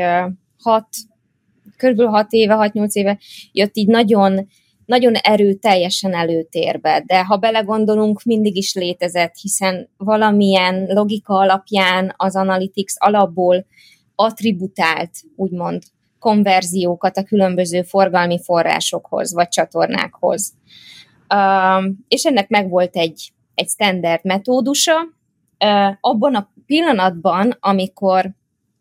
körülbelül 6-8 éve jött így nagyon, nagyon erőteljesen előtérbe, de ha belegondolunk, mindig is létezett, hiszen valamilyen logika alapján az Analytics alapból attributált, úgymond, konverziókat a különböző forgalmi forrásokhoz, vagy csatornákhoz. És ennek megvolt egy standard metódusa. Abban a pillanatban, amikor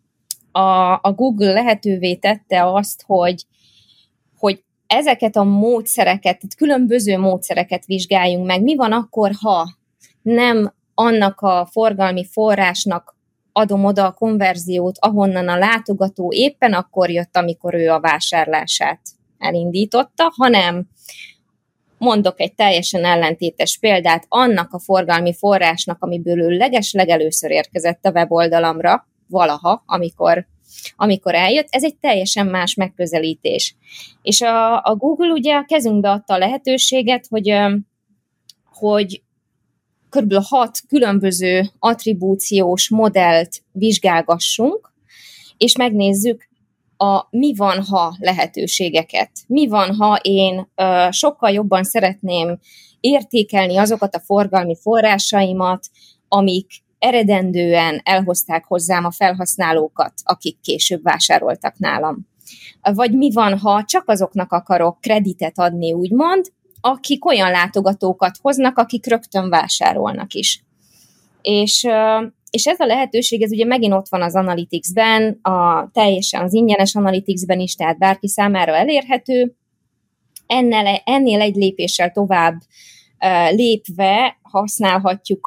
a Google lehetővé tette azt, hogy ezeket a módszereket, különböző módszereket vizsgáljunk meg. Mi van akkor, ha nem annak a forgalmi forrásnak adom oda a konverziót, ahonnan a látogató éppen akkor jött, amikor ő a vásárlását elindította, hanem mondok egy teljesen ellentétes példát, annak a forgalmi forrásnak, amiből ő legelőször érkezett a weboldalamra, valaha, amikor eljött, ez egy teljesen más megközelítés. És a Google ugye a kezünkbe adta a lehetőséget, hogy kb. 6 különböző attribúciós modellt vizsgálgassunk, és megnézzük a mi van, ha lehetőségeket. Mi van, ha én sokkal jobban szeretném értékelni azokat a forgalmi forrásaimat, amik eredendően elhozták hozzám a felhasználókat, akik később vásároltak nálam. Vagy mi van, ha csak azoknak akarok kreditet adni, úgymond, akik olyan látogatókat hoznak, akik rögtön vásárolnak is. És ez a lehetőség, ez ugye megint ott van az Analytics-ben, teljesen az ingyenes Analytics-ben is, tehát bárki számára elérhető. Ennél egy lépéssel tovább lépve használhatjuk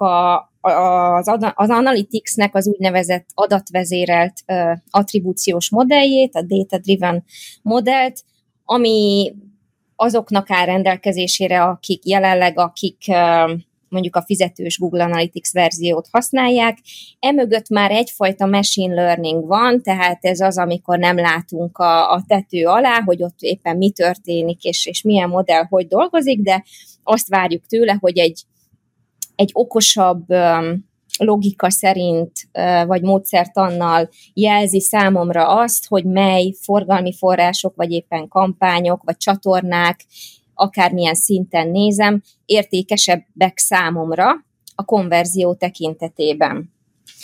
az Analytics-nek az úgynevezett adatvezérelt attribúciós modelljét, a data-driven modellt, ami azoknak áll rendelkezésére, akik mondjuk a fizetős Google Analytics verziót használják. Emögött már egyfajta machine learning van, tehát ez az, amikor nem látunk a tető alá, hogy ott éppen mi történik, és milyen modell hogy dolgozik, de azt várjuk tőle, hogy egy okosabb logika szerint, vagy módszertannal jelzi számomra azt, hogy mely forgalmi források, vagy éppen kampányok, vagy csatornák, akármilyen szinten nézem, értékesebbek számomra a konverzió tekintetében.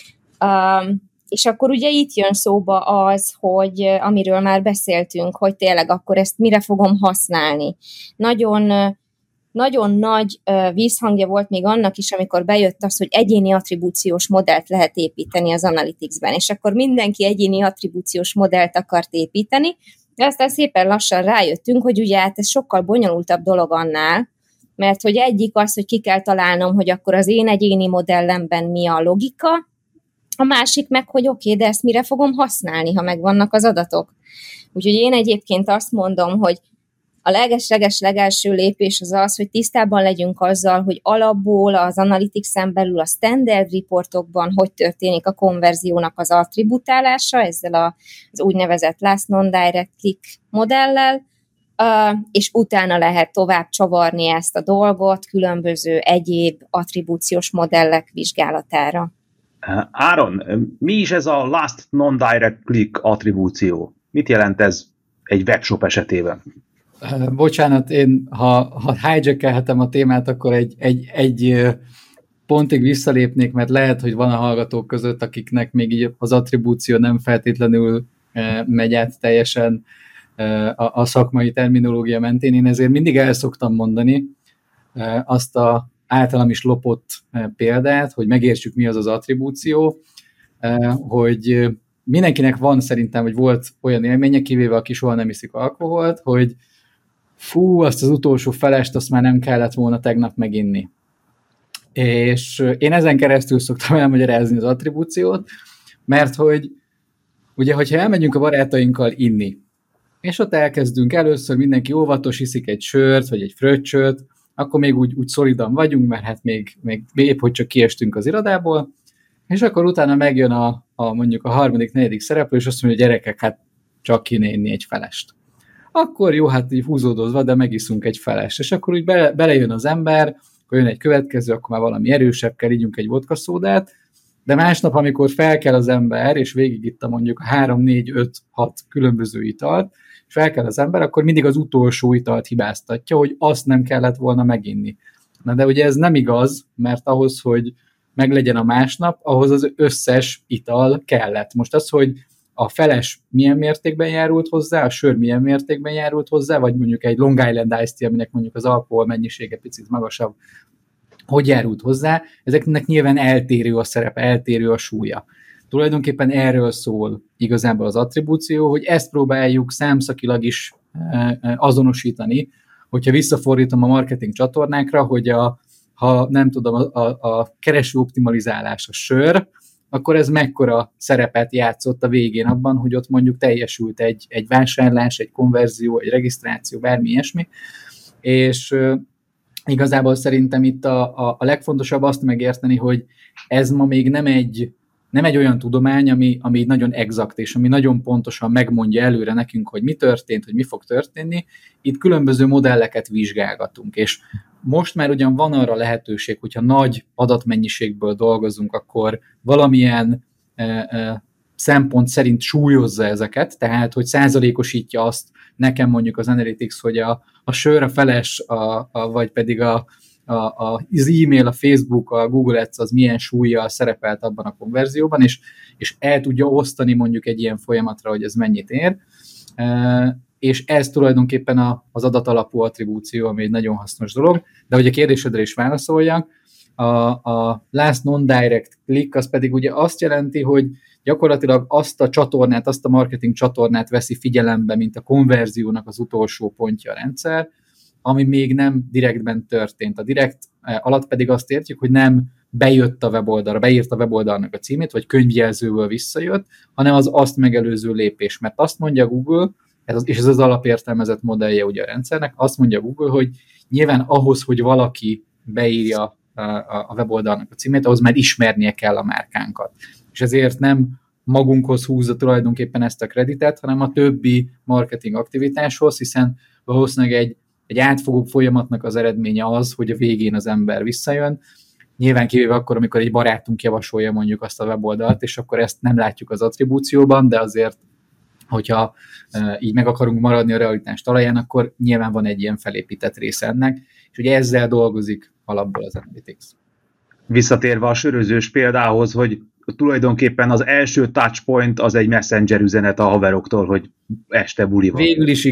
És akkor ugye itt jön szóba az, hogy amiről már beszéltünk, hogy tényleg akkor ezt mire fogom használni. Nagyon nagy vízhangja volt még annak is, amikor bejött az, hogy egyéni attribúciós modellt lehet építeni az Analyticsben, és akkor mindenki egyéni attribúciós modellt akart építeni, de aztán szépen lassan rájöttünk, hogy ugye hát ez sokkal bonyolultabb dolog annál, mert hogy egyik az, hogy ki kell találnom, hogy akkor az én egyéni modellemben mi a logika, a másik meg, hogy oké, de ezt mire fogom használni, ha megvannak az adatok. Úgyhogy én egyébként azt mondom, hogy a legelső lépés az, hogy tisztában legyünk azzal, hogy alapból az Analytics-en belül a standard reportokban hogy történik a konverziónak az attributálása, ezzel az úgynevezett last non-direct click modellel, és utána lehet tovább csavarni ezt a dolgot különböző egyéb attribúciós modellek vizsgálatára. Áron, mi is ez a last non-direct click attribúció? Mit jelent ez egy webshop esetében? Bocsánat, én ha hijackelhetem a témát, akkor egy pontig visszalépnék, mert lehet, hogy van a hallgatók között, akiknek még így az attribúció nem feltétlenül megy át teljesen a szakmai terminológia mentén. Én ezért mindig el szoktam mondani azt az általam is lopott példát, hogy megértsük, mi az az attribúció, hogy mindenkinek van szerintem, hogy volt olyan élménye, kivéve aki soha nem iszik alkoholt, hogy fú, azt az utolsó felest, azt már nem kellett volna tegnap meginni. És én ezen keresztül szoktam elmagyarázni az attribúciót, mert hogy ugye, hogyha elmegyünk a barátainkkal inni, és ott elkezdünk először, mindenki óvatos, iszik egy sört, vagy egy fröccsöt, akkor még úgy szolidan vagyunk, mert hát még épp, hogy csak kiestünk az irodából, és akkor utána megjön mondjuk a harmadik, negyedik szereplő, és azt mondja, hogy gyerekek, hát csak kéne inni egy felest. Akkor jó, hát így húzódozva, de megiszunk egy felest. És akkor úgy belejön az ember, akkor jön egy következő, akkor már valami erősebb kell, ígyunk egy vodka szódát, de másnap, amikor fel kell az ember, és végigitta mondjuk 3, 4, 5, 6 különböző italt, és fel kell az ember, akkor mindig az utolsó italt hibáztatja, hogy azt nem kellett volna meginni. Na de ugye ez nem igaz, mert ahhoz, hogy meglegyen a másnap, ahhoz az összes ital kellett. Most az, hogy a feles milyen mértékben járult hozzá, a sör milyen mértékben járult hozzá, vagy mondjuk egy Long Island Iced Tea, aminek mondjuk az alkohol mennyisége picit magasabb, hogy járult hozzá, ezeknek nyilván eltérő a szerepe, eltérő a súlya. Tulajdonképpen erről szól igazából az attribúció, hogy ezt próbáljuk számszakilag is azonosítani, hogyha visszafordítom a marketing csatornákra, hogy ha nem tudom, a kereső optimalizálás a sör, akkor ez mekkora szerepet játszott a végén abban, hogy ott mondjuk teljesült egy vásárlás, egy konverzió, egy regisztráció, bármi ilyesmi, és igazából szerintem itt a legfontosabb azt megérteni, hogy ez ma még nem egy olyan tudomány, ami nagyon exakt, és ami nagyon pontosan megmondja előre nekünk, hogy mi történt, hogy mi fog történni. Itt különböző modelleket vizsgálgatunk, és most már ugyan van arra lehetőség, hogyha nagy adatmennyiségből dolgozunk, akkor valamilyen szempont szerint súlyozza ezeket, tehát hogy százalékosítja azt nekem mondjuk az Analytics, hogy a sör, a feles, vagy pedig az e-mail, a Facebook, a Google Ads az milyen súllyal szerepelt abban a konverzióban, és el tudja osztani mondjuk egy ilyen folyamatra, hogy ez mennyit ér. És ez tulajdonképpen az adatalapú attribúció, ami egy nagyon hasznos dolog, de hogy a kérdésedre is válaszoljak, a last non-direct click az pedig ugye azt jelenti, hogy gyakorlatilag azt a csatornát, azt a marketing csatornát veszi figyelembe, mint a konverziónak az utolsó pontja a rendszer, ami még nem direktben történt. A direkt alatt pedig azt értjük, hogy nem bejött a weboldalra, beírt a weboldalnak a címét, vagy könyvjelzőből visszajött, hanem az azt megelőző lépés. Mert azt mondja Google, és ez az alapértelmezett modellje ugye a rendszernek. Azt mondja Google, hogy nyilván ahhoz, hogy valaki beírja a weboldalnak a címét, ahhoz már ismernie kell a márkánkat. És ezért nem magunkhoz húzza tulajdonképpen ezt a kreditet, hanem a többi marketing aktivitáshoz, hiszen valószínűleg egy átfogó folyamatnak az eredménye az, hogy a végén az ember visszajön. Nyilván kivéve akkor, amikor egy barátunk javasolja mondjuk azt a weboldalt, és akkor ezt nem látjuk az attribúcióban, de azért, hogyha így meg akarunk maradni a realitás talaján, akkor nyilván van egy ilyen felépített része ennek, és ugye ezzel dolgozik alapból az Analytics. Visszatérve a sörözős példához, hogy tulajdonképpen az első touchpoint az egy messenger üzenet a haveroktól, hogy este buli van. Végül is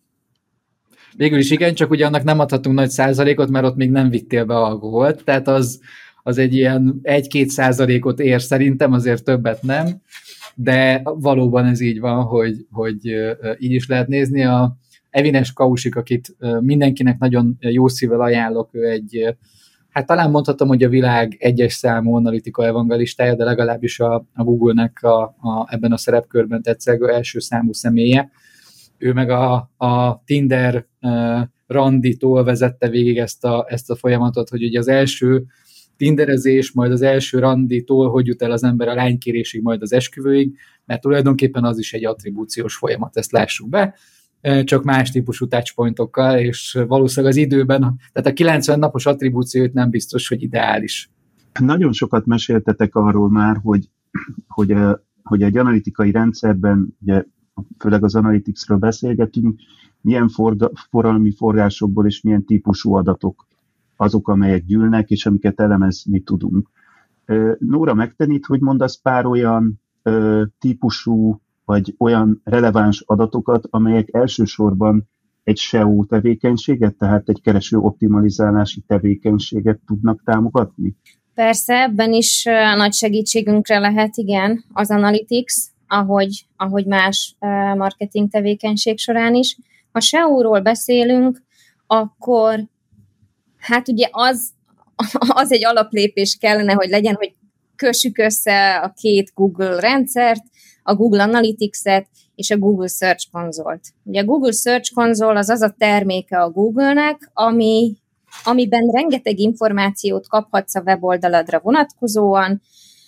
igen, csak ugye annak nem adhatunk nagy százalékot, mert ott még nem vittél be alkoholt, tehát az egy ilyen 1-2% ér szerintem, azért többet nem, de valóban ez így van, hogy így is lehet nézni. A Evines Kausik, akit mindenkinek nagyon jó szívvel ajánlok, ő hát talán mondhatom, hogy a világ egyes számú analitika evangelistája, de legalábbis a Google-nek ebben a szerepkörben tetszegő első számú személye. Ő meg a Tinder randitól vezette végig ezt a folyamatot, hogy ugye az első tinderezés, majd az első randitól, hogy jut el az ember a lánykérésig, majd az esküvőig, mert tulajdonképpen az is egy attribúciós folyamat, ezt lássuk be, csak más típusú touchpointokkal, és valószínűleg az időben, tehát a 90 napos attribúciót nem biztos, hogy ideális. Nagyon sokat meséltetek arról már, hogy egy analitikai rendszerben, ugye, főleg az Analyticsről beszélgetünk, milyen forgalmi forrásokból és milyen típusú adatok azok, amelyek gyűlnek, és amiket elemezni tudunk. Nóra, megtennéd, hogy mondasz pár olyan típusú, vagy olyan releváns adatokat, amelyek elsősorban egy SEO tevékenységet, tehát egy kereső optimalizálási tevékenységet tudnak támogatni? Persze, ebben is nagy segítségünkre lehet, igen, az Analytics, ahogy más marketing tevékenység során is. Ha SEO-ról beszélünk, akkor hát ugye az egy alaplépés kellene, hogy legyen, hogy kössük össze a két Google rendszert, a Google Analytics-et és a Google Search Console-t. Ugye a Google Search Console az a terméke a Google-nek, amiben rengeteg információt kaphatsz a weboldaladra vonatkozóan,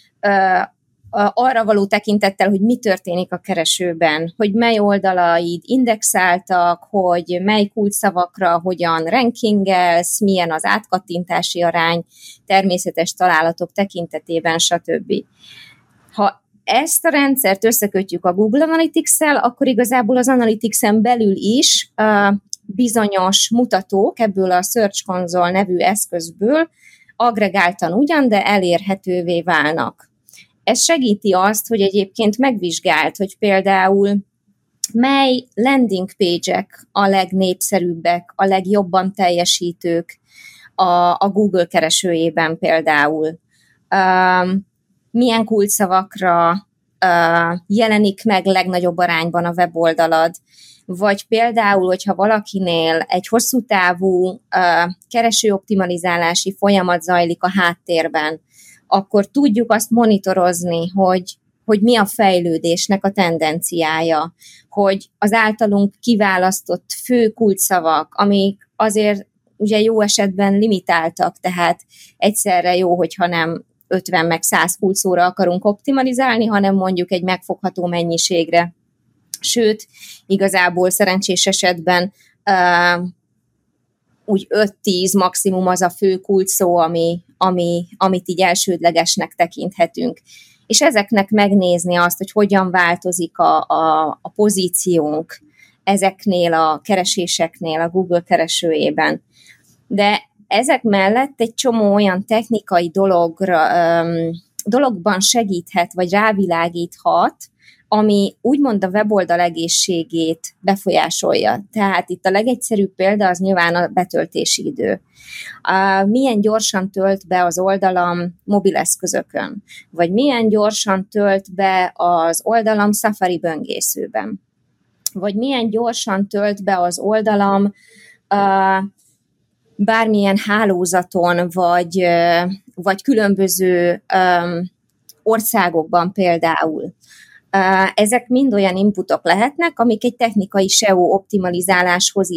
arra való tekintettel, hogy mi történik a keresőben, hogy mely oldalaid indexáltak, hogy mely kulcsszavakra hogyan rankingelsz, milyen az átkattintási arány, természetes találatok tekintetében, stb. Ha ezt a rendszert összekötjük a Google Analytics-szel, akkor igazából az Analytics-en belül is bizonyos mutatók ebből a Search Console nevű eszközből agregáltan ugyan, de elérhetővé válnak. Ez segíti azt, hogy egyébként megvizsgált, hogy például mely landing page-ek a legnépszerűbbek, a legjobban teljesítők a Google keresőjében például. Milyen kulcsszavakra jelenik meg legnagyobb arányban a weboldalad, vagy például, hogyha valakinél egy hosszú távú keresőoptimalizálási folyamat zajlik a háttérben, akkor tudjuk azt monitorozni, hogy mi a fejlődésnek a tendenciája, hogy az általunk kiválasztott fő kulcsszavak, amik azért ugye jó esetben limitáltak, tehát egyszerre jó, hogyha nem 50 meg 100 kulcsszóra akarunk optimalizálni, hanem mondjuk egy megfogható mennyiségre. Sőt, igazából szerencsés esetben úgy 5-10 maximum az a fő kulcsszó, amit így elsődlegesnek tekinthetünk. És ezeknek megnézni azt, hogy hogyan változik a pozíciónk ezeknél a kereséseknél a Google keresőjében. De ezek mellett egy csomó olyan technikai dologban segíthet, vagy rávilágíthat, ami úgymond a weboldal egészségét befolyásolja. Tehát itt a legegyszerűbb példa az nyilván a betöltési idő. Milyen gyorsan tölt be az oldalam mobileszközökön, vagy milyen gyorsan tölt be az oldalam Safari böngészőben, vagy milyen gyorsan tölt be az oldalam bármilyen hálózaton, vagy különböző országokban például. Ezek mind olyan inputok lehetnek, amik egy technikai SEO optimalizáláshoz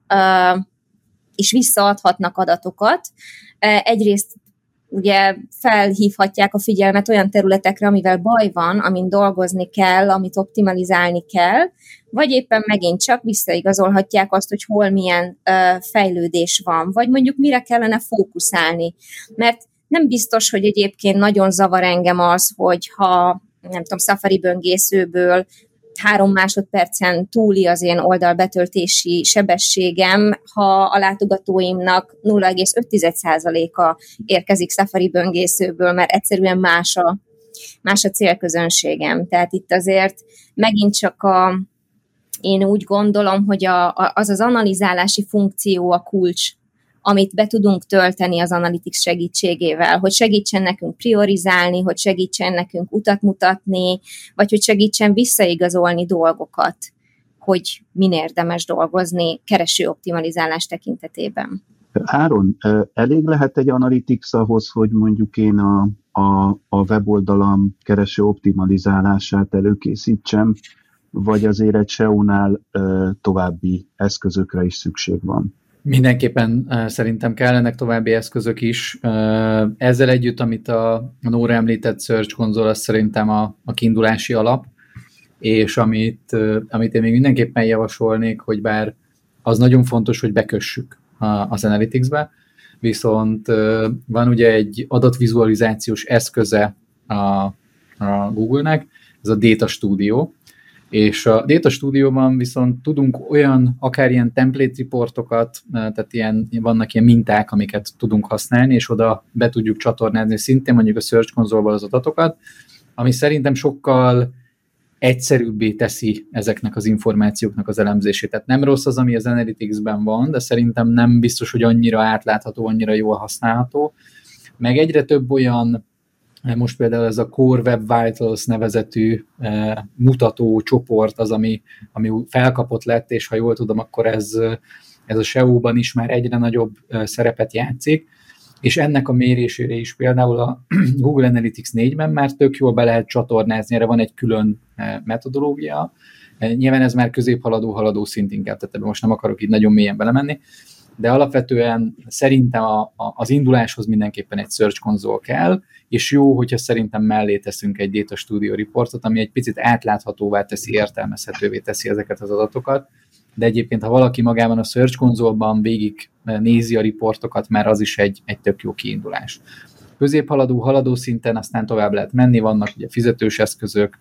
is visszaadhatnak adatokat. Egyrészt ugye felhívhatják a figyelmet olyan területekre, amivel baj van, amin dolgozni kell, amit optimalizálni kell, vagy éppen megint csak visszaigazolhatják azt, hogy hol milyen fejlődés van, vagy mondjuk mire kellene fókuszálni. Mert nem biztos, hogy egyébként nagyon zavar engem az, hogyha nem tudom, Safari böngészőből 3 másodpercen túli az én oldalbetöltési sebességem, ha a látogatóimnak 0,5%-a érkezik Safari böngészőből, mert egyszerűen más a célközönségem. Tehát itt azért megint csak én úgy gondolom, hogy az analizálási funkció a kulcs, amit be tudunk tölteni az Analytics segítségével, hogy segítsen nekünk priorizálni, hogy segítsen nekünk utat mutatni, vagy hogy segítsen visszaigazolni dolgokat, hogy min érdemes dolgozni keresőoptimalizálás tekintetében. Áron, elég lehet egy Analytics ahhoz, hogy mondjuk én a weboldalam kereső optimalizálását előkészítsem, vagy azért egy SEO-nál további eszközökre is szükség van? Mindenképpen szerintem kellenek további eszközök is. Ezzel együtt, amit a Nóra említett Search Console, az szerintem a kiindulási alap, és amit én még mindenképpen javasolnék, hogy bár az nagyon fontos, hogy bekössük az Analytics-be, viszont van ugye egy adatvizualizációs eszköze a Google-nek, ez a Data Studio, és a Data Studio-ban viszont tudunk olyan, akár ilyen template reportokat, tehát vannak ilyen minták, amiket tudunk használni, és oda be tudjuk csatornázni szintén mondjuk a Search Console-ból az adatokat, ami szerintem sokkal egyszerűbbé teszi ezeknek az információknak az elemzését. Tehát nem rossz az, ami az Analytics-ben van, de szerintem nem biztos, hogy annyira átlátható, annyira jól használható. Meg egyre több olyan, most például ez a Core Web Vitals nevezetű mutató csoport az, ami felkapott lett, és ha jól tudom, akkor ez a SEO-ban is már egyre nagyobb szerepet játszik, és ennek a mérésére is például a Google Analytics 4-ben már tök jól be lehet csatornázni, erre van egy külön metodológia. Nyilván ez már középhaladó szint inkább, tehát ebben most nem akarok így nagyon mélyen belemenni, de alapvetően szerintem az induláshoz mindenképpen egy Search Console kell, és jó, hogyha szerintem mellé teszünk egy Data Studio reportot, ami egy picit átláthatóvá teszi, értelmezhetővé teszi ezeket az adatokat, de egyébként, ha valaki magában a Search Console-ban végig nézi a riportokat, már az is egy tök jó kiindulás. Középhaladó szinten aztán tovább lehet menni, vannak ugye fizetős eszközök,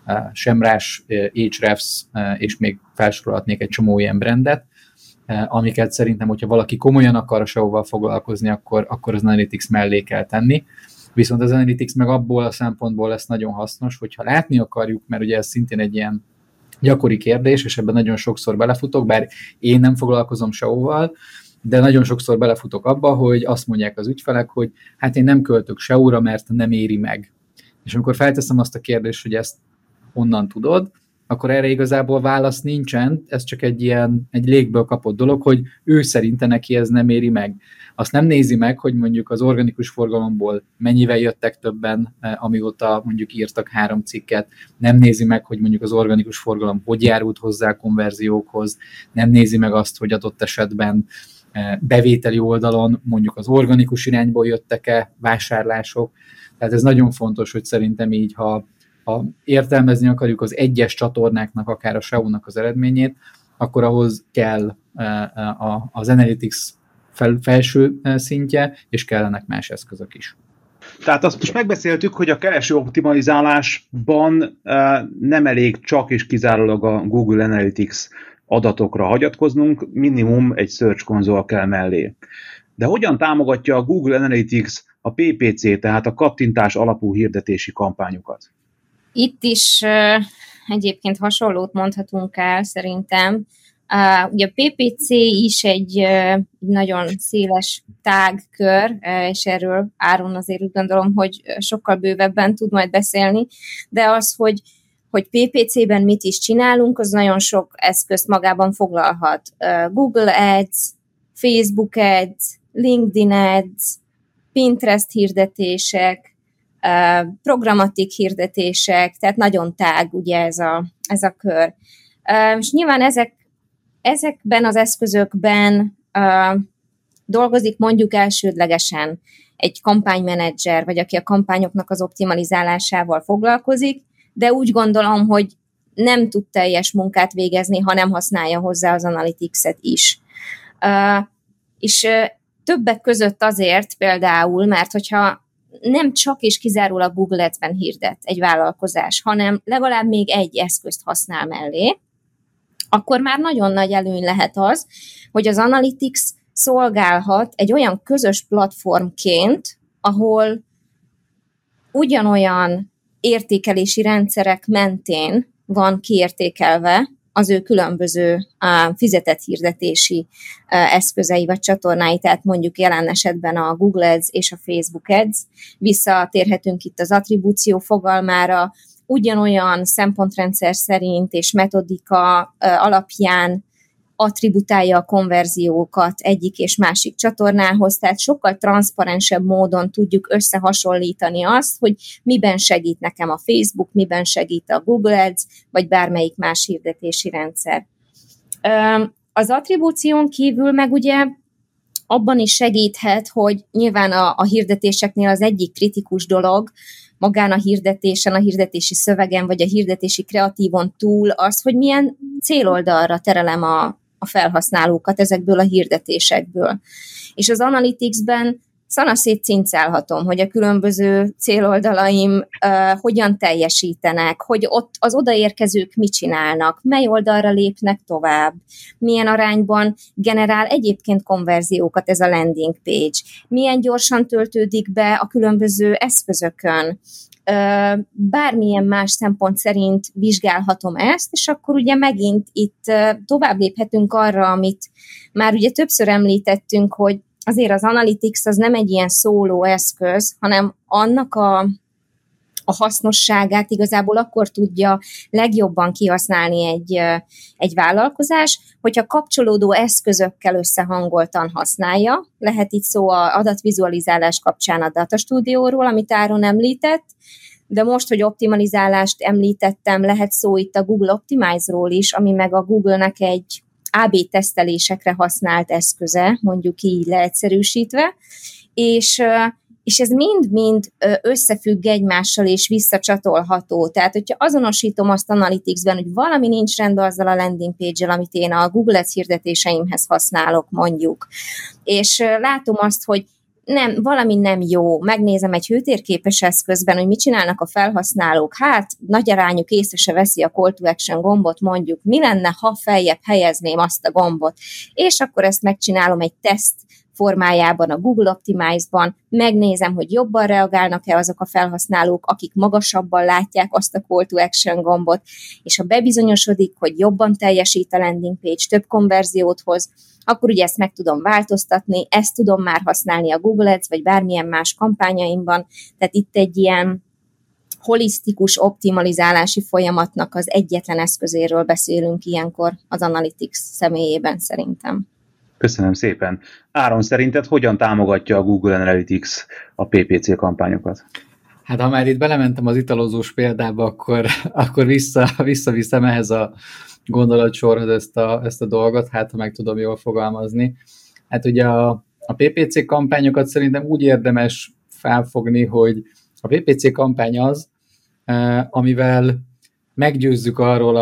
Semrush, Ahrefs, és még felsorolhatnék egy csomó ilyen brandet, amiket szerintem, hogyha valaki komolyan akar a SEO-val foglalkozni, akkor az Analytics mellé kell tenni. Viszont az Analytics meg abból a szempontból lesz nagyon hasznos, hogyha látni akarjuk, mert ugye ez szintén egy ilyen gyakori kérdés, és ebben nagyon sokszor belefutok, bár én nem foglalkozom SEO-val, de nagyon sokszor belefutok abba, hogy azt mondják az ügyfelek, hogy hát én nem költök SEO-ra, mert nem éri meg. És amikor felteszem azt a kérdést, hogy ezt honnan tudod, akkor erre igazából válasz nincsen, ez csak egy légből kapott dolog, hogy ő szerinte neki ez nem éri meg. Azt nem nézi meg, hogy mondjuk az organikus forgalomból mennyivel jöttek többen, amióta mondjuk írtak 3 cikket, nem nézi meg, hogy mondjuk az organikus forgalom hogy járult hozzá a konverziókhoz, nem nézi meg azt, hogy adott esetben bevételi oldalon mondjuk az organikus irányból jöttek-e vásárlások. Tehát ez nagyon fontos, hogy szerintem így, ha értelmezni akarjuk az egyes csatornáknak, akár a SEO-nak az eredményét, akkor ahhoz kell az Analytics felső szintje, és kellenek más eszközök is. Tehát azt most megbeszéltük, hogy a kereső optimalizálásban nem elég csak és kizárólag a Google Analytics adatokra hagyatkoznunk, minimum egy Search Console kell mellé. De hogyan támogatja a Google Analytics a PPC, tehát a kattintás alapú hirdetési kampányokat? Itt is egyébként hasonlót mondhatunk el szerintem. Ugye a PPC is egy nagyon széles tágkör, és erről Áron azért úgy gondolom, hogy sokkal bővebben tud majd beszélni, de az, hogy PPC-ben mit is csinálunk, az nagyon sok eszközt magában foglalhat. Google Ads, Facebook Ads, LinkedIn Ads, Pinterest hirdetések, programatik hirdetések, tehát nagyon tág ugye ez a kör. És nyilván ezekben az eszközökben dolgozik mondjuk elsődlegesen egy kampánymenedzser, vagy aki a kampányoknak az optimalizálásával foglalkozik, de úgy gondolom, hogy nem tud teljes munkát végezni, ha nem használja hozzá az Analytics-et is. És többek között azért például, mert hogyha nem csak és kizárólag Google Ads-ben hirdet egy vállalkozás, hanem legalább még egy eszközt használ mellé, akkor már nagyon nagy előny lehet az, hogy az Analytics szolgálhat egy olyan közös platformként, ahol ugyanolyan értékelési rendszerek mentén van kiértékelve az ő különböző fizetett hirdetési eszközei vagy csatornái, tehát mondjuk jelen esetben a Google Ads és a Facebook Ads. Visszatérhetünk itt az attribúció fogalmára, ugyanolyan szempontrendszer szerint és metodika alapján attributálja a konverziókat egyik és másik csatornához, tehát sokkal transzparensebb módon tudjuk összehasonlítani azt, hogy miben segít nekem a Facebook, miben segít a Google Ads, vagy bármelyik más hirdetési rendszer. Az attribúción kívül meg ugye abban is segíthet, hogy nyilván a hirdetéseknél az egyik kritikus dolog, magán a hirdetésen, a hirdetési szövegen, vagy a hirdetési kreatívon túl az, hogy milyen céloldalra terelem a felhasználókat ezekből a hirdetésekből. És az Analytics-ben szanaszét cincálhatom, hogy a különböző céloldalaim hogyan teljesítenek, hogy ott az odaérkezők mit csinálnak, mely oldalra lépnek tovább, milyen arányban generál egyébként konverziókat ez a landing page, milyen gyorsan töltődik be a különböző eszközökön, bármilyen más szempont szerint vizsgálhatom ezt, és akkor ugye megint itt tovább léphetünk arra, amit már ugye többször említettünk, hogy azért az Analytics az nem egy ilyen szóló eszköz, hanem annak a hasznosságát igazából akkor tudja legjobban kihasználni egy vállalkozás, hogyha kapcsolódó eszközökkel összehangoltan használja. Lehet itt szó az adatvizualizálás kapcsán a Data Studio-ról, amit Áron említett, de most, hogy optimalizálást említettem, lehet szó itt a Google Optimize-ról is, ami meg a Google-nek egy AB tesztelésekre használt eszköze, mondjuk így leegyszerűsítve, és ez mind-mind összefügg egymással és visszacsatolható. Tehát, hogyha azonosítom azt Analytics-ben, hogy valami nincs rendben azzal a landing page-el, amit én a Google Ads hirdetéseimhez használok, mondjuk, és látom azt, hogy valami nem jó, megnézem egy hőtérképes eszközben, hogy mit csinálnak a felhasználók, hát nagy arányuk észre se veszi a call to action gombot, mondjuk, mi lenne, ha feljebb helyezném azt a gombot, és akkor ezt megcsinálom egy teszt formájában a Google Optimize-ban, megnézem, hogy jobban reagálnak-e azok a felhasználók, akik magasabban látják azt a call to action gombot, és ha bebizonyosodik, hogy jobban teljesít a landing page, több konverziót hoz, akkor ugye ezt meg tudom változtatni, ezt tudom már használni a Google Ads, vagy bármilyen más kampányaimban, tehát itt egy ilyen holisztikus optimalizálási folyamatnak az egyetlen eszközéről beszélünk ilyenkor az Analytics személyében szerintem. Köszönöm szépen. Áron, szerinted hogyan támogatja a Google Analytics a PPC kampányokat? Hát ha már itt belementem az italozós példába, akkor visszaviszem ehhez a gondolatsorhoz ezt a dolgot, hát ha meg tudom jól fogalmazni. Hát ugye a PPC kampányokat szerintem úgy érdemes felfogni, hogy a PPC kampány az, amivel meggyőzzük arról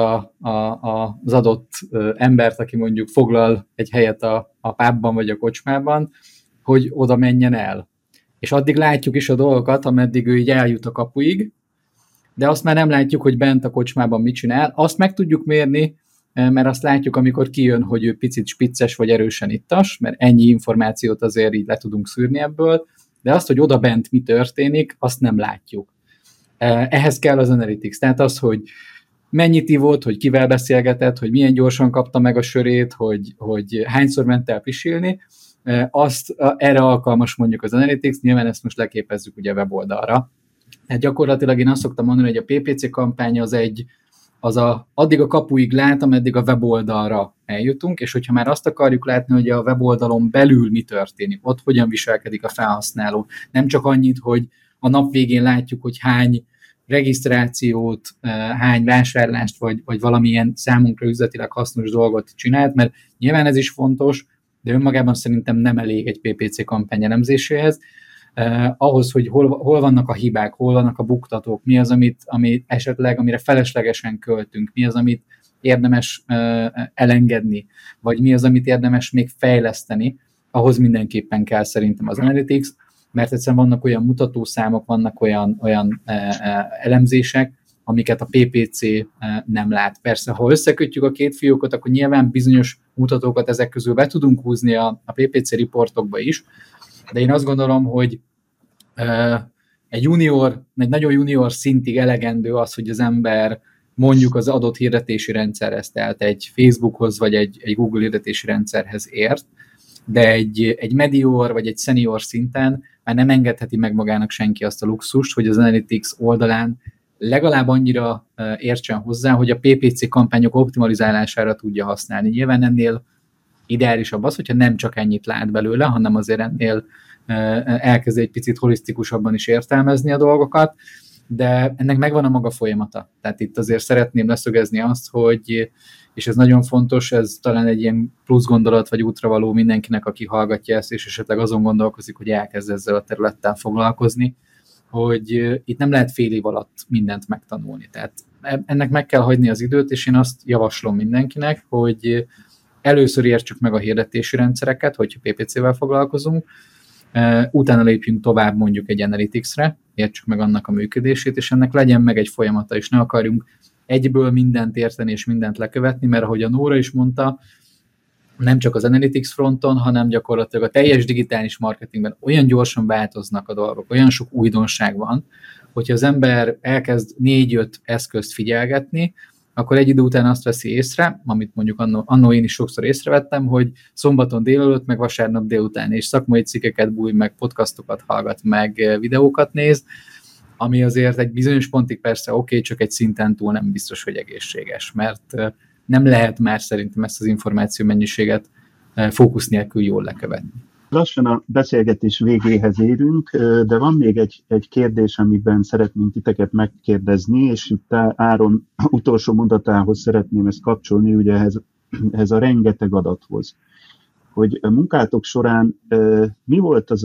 az adott embert, aki mondjuk foglal egy helyet a pubban vagy a kocsmában, hogy oda menjen el. És addig látjuk is a dolgokat, ameddig ő így eljut a kapuig, de azt már nem látjuk, hogy bent a kocsmában mit csinál. Azt meg tudjuk mérni, mert azt látjuk, amikor kijön, hogy ő picit spicces vagy erősen ittas, mert ennyi információt azért így le tudunk szűrni ebből, de azt, hogy oda bent mi történik, azt nem látjuk. Ehhez kell az Analytics, tehát az, hogy mennyit ivott, hogy kivel beszélgetett, hogy milyen gyorsan kapta meg a sörét, hogy hányszor ment el pisilni, erre alkalmas mondjuk az Analytics, nyilván ezt most leképezzük ugye a weboldalra. Tehát gyakorlatilag én azt szoktam mondani, hogy a PPC kampány addig a kapuig lát, ameddig a weboldalra eljutunk, és hogyha már azt akarjuk látni, hogy a weboldalon belül mi történik, ott hogyan viselkedik a felhasználó, nem csak annyit, hogy a nap végén látjuk, hogy hány regisztrációt, hány vásárlást, vagy valamilyen számunkra üzletileg hasznos dolgot csinált, mert nyilván ez is fontos, de önmagában szerintem nem elég egy PPC kampány elemzéséhez. Ahhoz, hogy hol vannak a hibák, hol vannak a buktatók, mi az, amit esetleg, amire feleslegesen költünk, mi az, amit érdemes elengedni, vagy mi az, amit érdemes még fejleszteni, ahhoz mindenképpen kell szerintem az Analytics, mert egyszerűen vannak olyan mutatószámok, vannak olyan elemzések, amiket a PPC nem lát. Persze, ha összekötjük a két fiókot, akkor nyilván bizonyos mutatókat ezek közül be tudunk húzni a PPC riportokba is, de én azt gondolom, hogy egy nagyon junior szintig elegendő az, hogy az ember mondjuk az adott hirdetési rendszerhez, tehát egy Facebookhoz vagy egy Google hirdetési rendszerhez ért, de egy medior vagy egy senior szinten már nem engedheti meg magának senki azt a luxust, hogy az Analytics oldalán legalább annyira értsen hozzá, hogy a PPC kampányok optimalizálására tudja használni. Nyilván ennél ideálisabb az, hogyha nem csak ennyit lát belőle, hanem azért ennél elkezd egy picit holisztikusabban is értelmezni a dolgokat, de ennek megvan a maga folyamata. Tehát itt azért szeretném leszögezni azt, hogy, és ez nagyon fontos, ez talán egy ilyen plusz gondolat vagy útravaló mindenkinek, aki hallgatja ezt, és esetleg azon gondolkozik, hogy elkezd ezzel a területtel foglalkozni, hogy itt nem lehet fél év alatt mindent megtanulni. Tehát ennek meg kell hagyni az időt, és én azt javaslom mindenkinek, hogy először értsük meg a hirdetési rendszereket, hogyha PPC-vel foglalkozunk, utána lépjünk tovább mondjuk egy Analytics-re, értsük meg annak a működését, és ennek legyen meg egy folyamata, és ne akarjunk egyből mindent érteni és mindent lekövetni, mert ahogy a Nóra is mondta, nem csak az Analytics fronton, hanem gyakorlatilag a teljes digitális marketingben olyan gyorsan változnak a dolgok, olyan sok újdonság van, hogyha az ember elkezd 4-5 eszközt figyelgetni, akkor egy idő után azt veszi észre, amit mondjuk annó én is sokszor észrevettem, hogy szombaton délelőtt, meg vasárnap délután és szakmai cikkeket bújj, meg podcastokat hallgat, meg videókat néz, ami azért egy bizonyos pontig persze oké, csak egy szinten túl nem biztos, hogy egészséges, mert nem lehet már szerintem ezt az információ mennyiséget fókusz nélkül jól lekövetni. Lassan a beszélgetés végéhez érünk, de van még egy kérdés, amiben szeretnénk titeket megkérdezni, és itt Áron utolsó mondatához szeretném ezt kapcsolni, ugye ehhez a rengeteg adathoz. Hogy a munkátok során mi volt az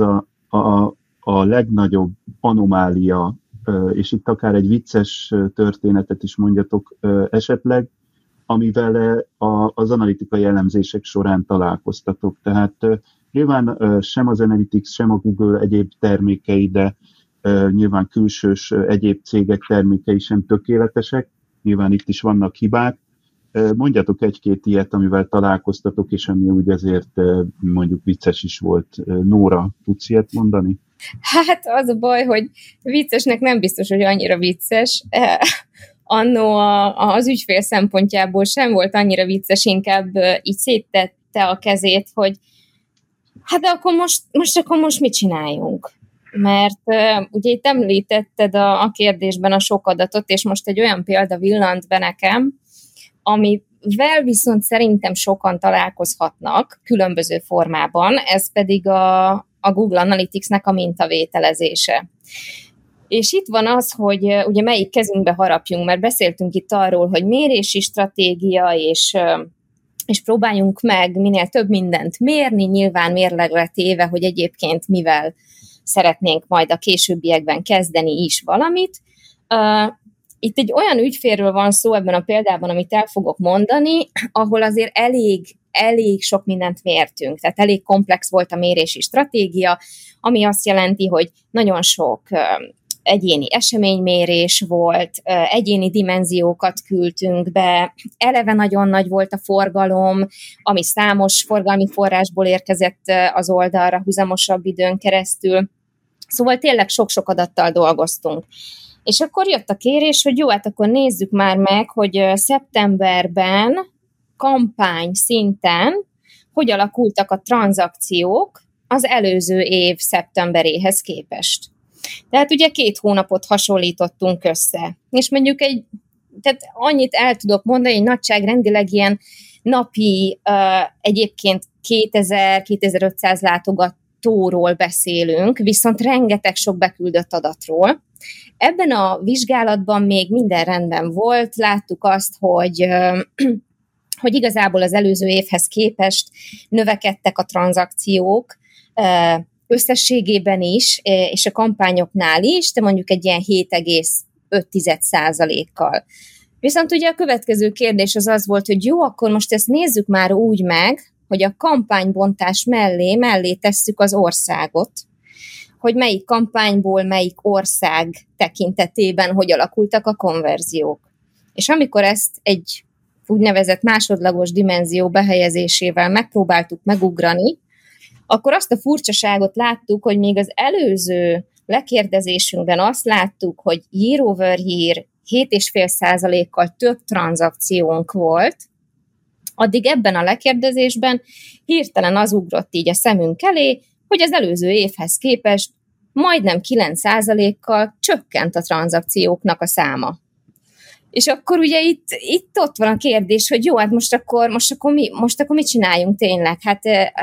a legnagyobb anomália, és itt akár egy vicces történetet is mondjatok esetleg, amivel az analitikai elemzések során találkoztatok. Tehát nyilván sem az Analytics, sem a Google egyéb termékei, de nyilván külsős egyéb cégek termékei sem tökéletesek, nyilván itt is vannak hibák. Mondjatok egy-két ilyet, amivel találkoztatok, és ami úgy azért mondjuk vicces is volt. Nóra, tudsz ilyet mondani? Hát az a baj, hogy viccesnek nem biztos, hogy annyira vicces. Annó az ügyfél szempontjából sem volt annyira vicces, inkább így széttette a kezét, hogy hát de akkor most mit csináljunk? Mert ugye itt említetted a kérdésben a sok adatot, és most egy olyan példa villant be nekem, amivel viszont szerintem sokan találkozhatnak különböző formában, ez pedig a Google Analytics-nek a mintavételezése. És itt van az, hogy ugye melyik kezünkbe harapjunk, mert beszéltünk itt arról, hogy mérési stratégia, és próbáljunk meg minél több mindent mérni, nyilván mérlegre téve, hogy egyébként mivel szeretnénk majd a későbbiekben kezdeni is valamit. Itt egy olyan ügyfélről van szó ebben a példában, amit el fogok mondani, ahol azért elég sok mindent mértünk, tehát elég komplex volt a mérési stratégia, ami azt jelenti, hogy nagyon sok egyéni eseménymérés volt, egyéni dimenziókat küldtünk be, eleve nagyon nagy volt a forgalom, ami számos forgalmi forrásból érkezett az oldalra huzamosabb időn keresztül. Szóval tényleg sok-sok adattal dolgoztunk. És akkor jött a kérés, hogy jó, hát akkor nézzük már meg, hogy szeptemberben kampány szinten hogy alakultak a tranzakciók az előző év szeptemberéhez képest. Tehát ugye 2 hónapot hasonlítottunk össze. És mondjuk tehát annyit el tudok mondani, hogy nagyságrendileg ilyen napi egyébként 2000-2500 adatóról beszélünk, viszont rengeteg sok beküldött adatról. Ebben a vizsgálatban még minden rendben volt, láttuk azt, hogy igazából az előző évhez képest növekedtek a tranzakciók, összességében is, és a kampányoknál is, de mondjuk egy ilyen 7,5%-kal. Viszont ugye a következő kérdés az volt, hogy jó, akkor most ezt nézzük már úgy meg, hogy a kampánybontás mellé tesszük az országot, hogy melyik kampányból, melyik ország tekintetében hogy alakultak a konverziók. És amikor ezt egy úgynevezett másodlagos dimenzió behelyezésével megpróbáltuk megugrani, akkor azt a furcsaságot láttuk, hogy még az előző lekérdezésünkben azt láttuk, hogy year over year 7,5%-kal több tranzakciónk volt, addig ebben a lekérdezésben hirtelen az ugrott így a szemünk elé, hogy az előző évhez képest majdnem 9%-kal csökkent a tranzakcióknak a száma. És akkor ugye itt ott van a kérdés, hogy jó, hát most akkor mit csináljunk tényleg? Hát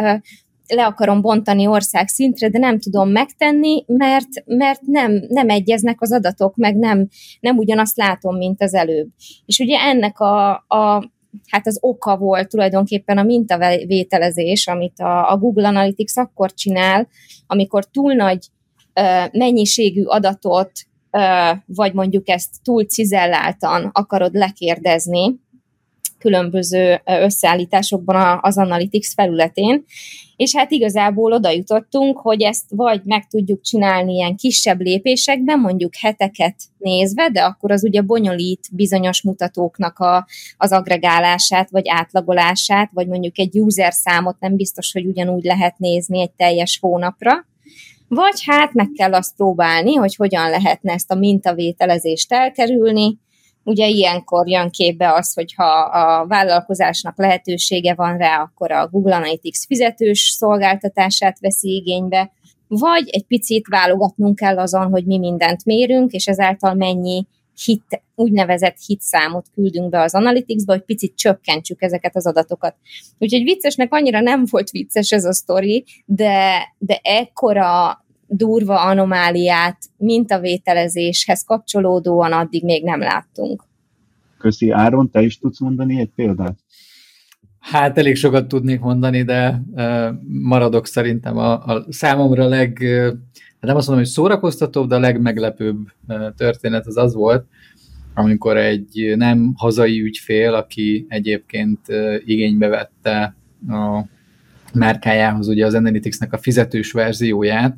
le akarom bontani országszintre, de nem tudom megtenni, mert nem egyeznek az adatok, meg nem ugyanazt látom, mint az előbb. És ugye ennek hát az oka volt tulajdonképpen a mintavételezés, amit a Google Analytics akkor csinál, amikor túl nagy mennyiségű adatot, vagy mondjuk ezt túl cizelláltan akarod lekérdezni különböző összeállításokban az Analytics felületén, és hát igazából oda jutottunk, hogy ezt vagy meg tudjuk csinálni ilyen kisebb lépésekben, mondjuk heteket nézve, de akkor az ugye bonyolít bizonyos mutatóknak az agregálását, vagy átlagolását, vagy mondjuk egy user számot nem biztos, hogy ugyanúgy lehet nézni egy teljes hónapra, vagy hát meg kell azt próbálni, hogy hogyan lehetne ezt a mintavételezést elkerülni. Ugye ilyenkor jön képbe az, hogyha a vállalkozásnak lehetősége van rá, akkor a Google Analytics fizetős szolgáltatását veszi igénybe, vagy egy picit válogatnunk kell azon, hogy mi mindent mérünk, és ezáltal mennyi úgynevezett hitszámot küldünk be az Analyticsba, hogy picit csökkentsük ezeket az adatokat. Úgyhogy viccesnek annyira nem volt vicces ez a sztori, de ekkora durva anomáliát mintavételezéshez kapcsolódóan addig még nem láttunk. Köszi. Áron, te is tudsz mondani egy példát? Hát elég sokat tudnék mondani, de maradok szerintem a számomra nem azt mondom, hogy szórakoztatóbb, de a legmeglepőbb történet az volt, amikor egy nem hazai ügyfél, aki egyébként igénybe vette a márkájához ugye az Analyticsnek a fizetős verzióját,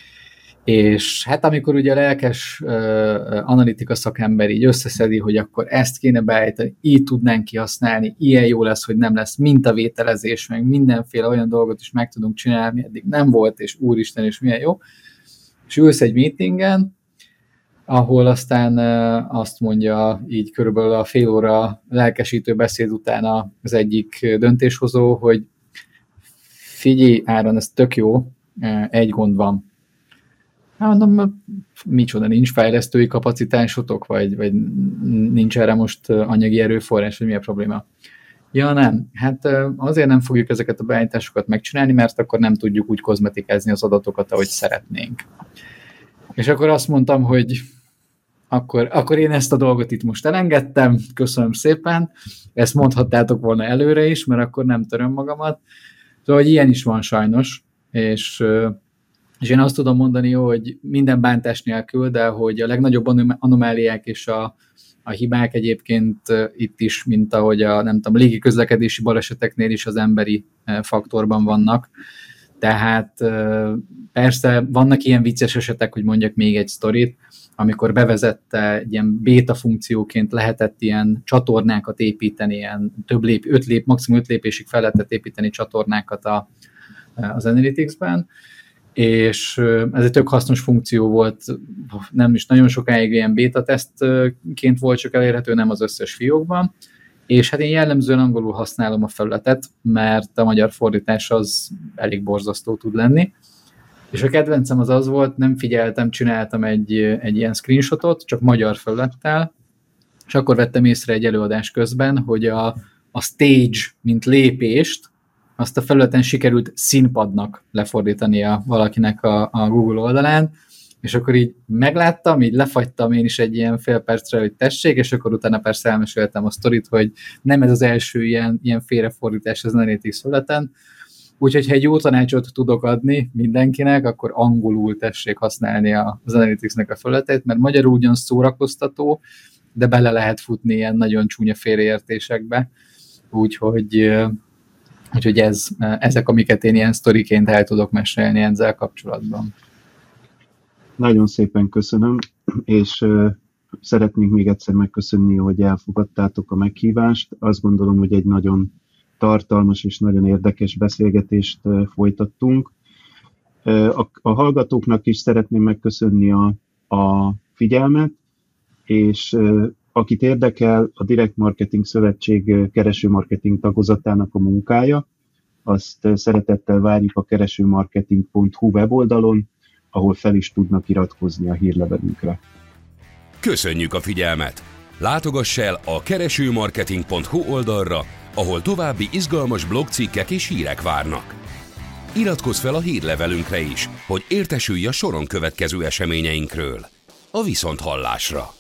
és hát amikor ugye a lelkes analitika szakember így összeszedi, hogy akkor ezt kéne beállítani, így tudnánk kihasználni, ilyen jó lesz, hogy nem lesz mintavételezés, meg mindenféle olyan dolgot is meg tudunk csinálni, eddig nem volt, és úristen, és milyen jó. És ülsz egy meetingen, ahol aztán azt mondja így körülbelül a fél óra lelkesítő beszéd után az egyik döntéshozó, hogy figyelj, Áron, ez tök jó, egy gond van. Hát mondom, micsoda, nincs fejlesztői kapacitásotok, vagy nincs erre most anyagi erőforrás, vagy mi a probléma? Ja, nem. Hát azért nem fogjuk ezeket a beállításokat megcsinálni, mert akkor nem tudjuk úgy kozmetikázni az adatokat, ahogy szeretnénk. És akkor azt mondtam, hogy akkor én ezt a dolgot itt most elengedtem, köszönöm szépen, ezt mondhattátok volna előre is, mert akkor nem töröm magamat. Szóval, hogy ilyen is van sajnos, és én azt tudom mondani, hogy minden bántás nélkül, de hogy a legnagyobb anomáliák és a hibák egyébként itt is, mint ahogy a légi közlekedési baleseteknél is az emberi faktorban vannak. Tehát persze vannak ilyen vicces esetek, hogy mondjak még egy sztorit, amikor bevezette egy ilyen béta funkcióként lehetett ilyen csatornákat építeni, ilyen maximum 5 lépésig fel lehetett építeni csatornákat az Analytics-ben, és ez egy tök hasznos funkció volt, nem is nagyon sokáig ilyen beta tesztként volt csak elérhető, nem az összes fiókban, és hát én jellemzően angolul használom a felületet, mert a magyar fordítás az elég borzasztó tud lenni, és a kedvencem az volt, nem figyeltem, csináltam egy ilyen screenshotot, csak magyar felülettel, és akkor vettem észre egy előadás közben, hogy a stage, mint lépést, azt a felületen sikerült színpadnak lefordítania valakinek a Google oldalán, és akkor így megláttam, így lefagytam én is egy ilyen fél percre, hogy tessék, és akkor utána persze elmeséltem a sztorit, hogy nem ez az első ilyen félrefordítás az Analytics felületen. Úgyhogy ha egy jó tanácsot tudok adni mindenkinek, akkor angolul tessék használni az Analytics-nek a felületét, mert magyarul ugyan szórakoztató, de bele lehet futni ilyen nagyon csúnya félreértésekbe. Úgyhogy ezek, amiket én ilyen sztoriként el tudok mesélni ezzel kapcsolatban. Nagyon szépen köszönöm, és szeretnénk még egyszer megköszönni, hogy elfogadtátok a meghívást. Azt gondolom, hogy egy nagyon tartalmas és nagyon érdekes beszélgetést folytattunk. A hallgatóknak is szeretném megköszönni a figyelmet, és akit érdekel a Direct Marketing Szövetség keresőmarketing tagozatának a munkája, azt szeretettel várjuk a keresőmarketing.hu weboldalon, ahol fel is tudnak iratkozni a hírlevelünkre. Köszönjük a figyelmet! Látogass el a keresőmarketing.hu oldalra, ahol további izgalmas blogcikkek és hírek várnak. Iratkozz fel a hírlevelünkre is, hogy értesülj a soron következő eseményeinkről. A viszonthallásra!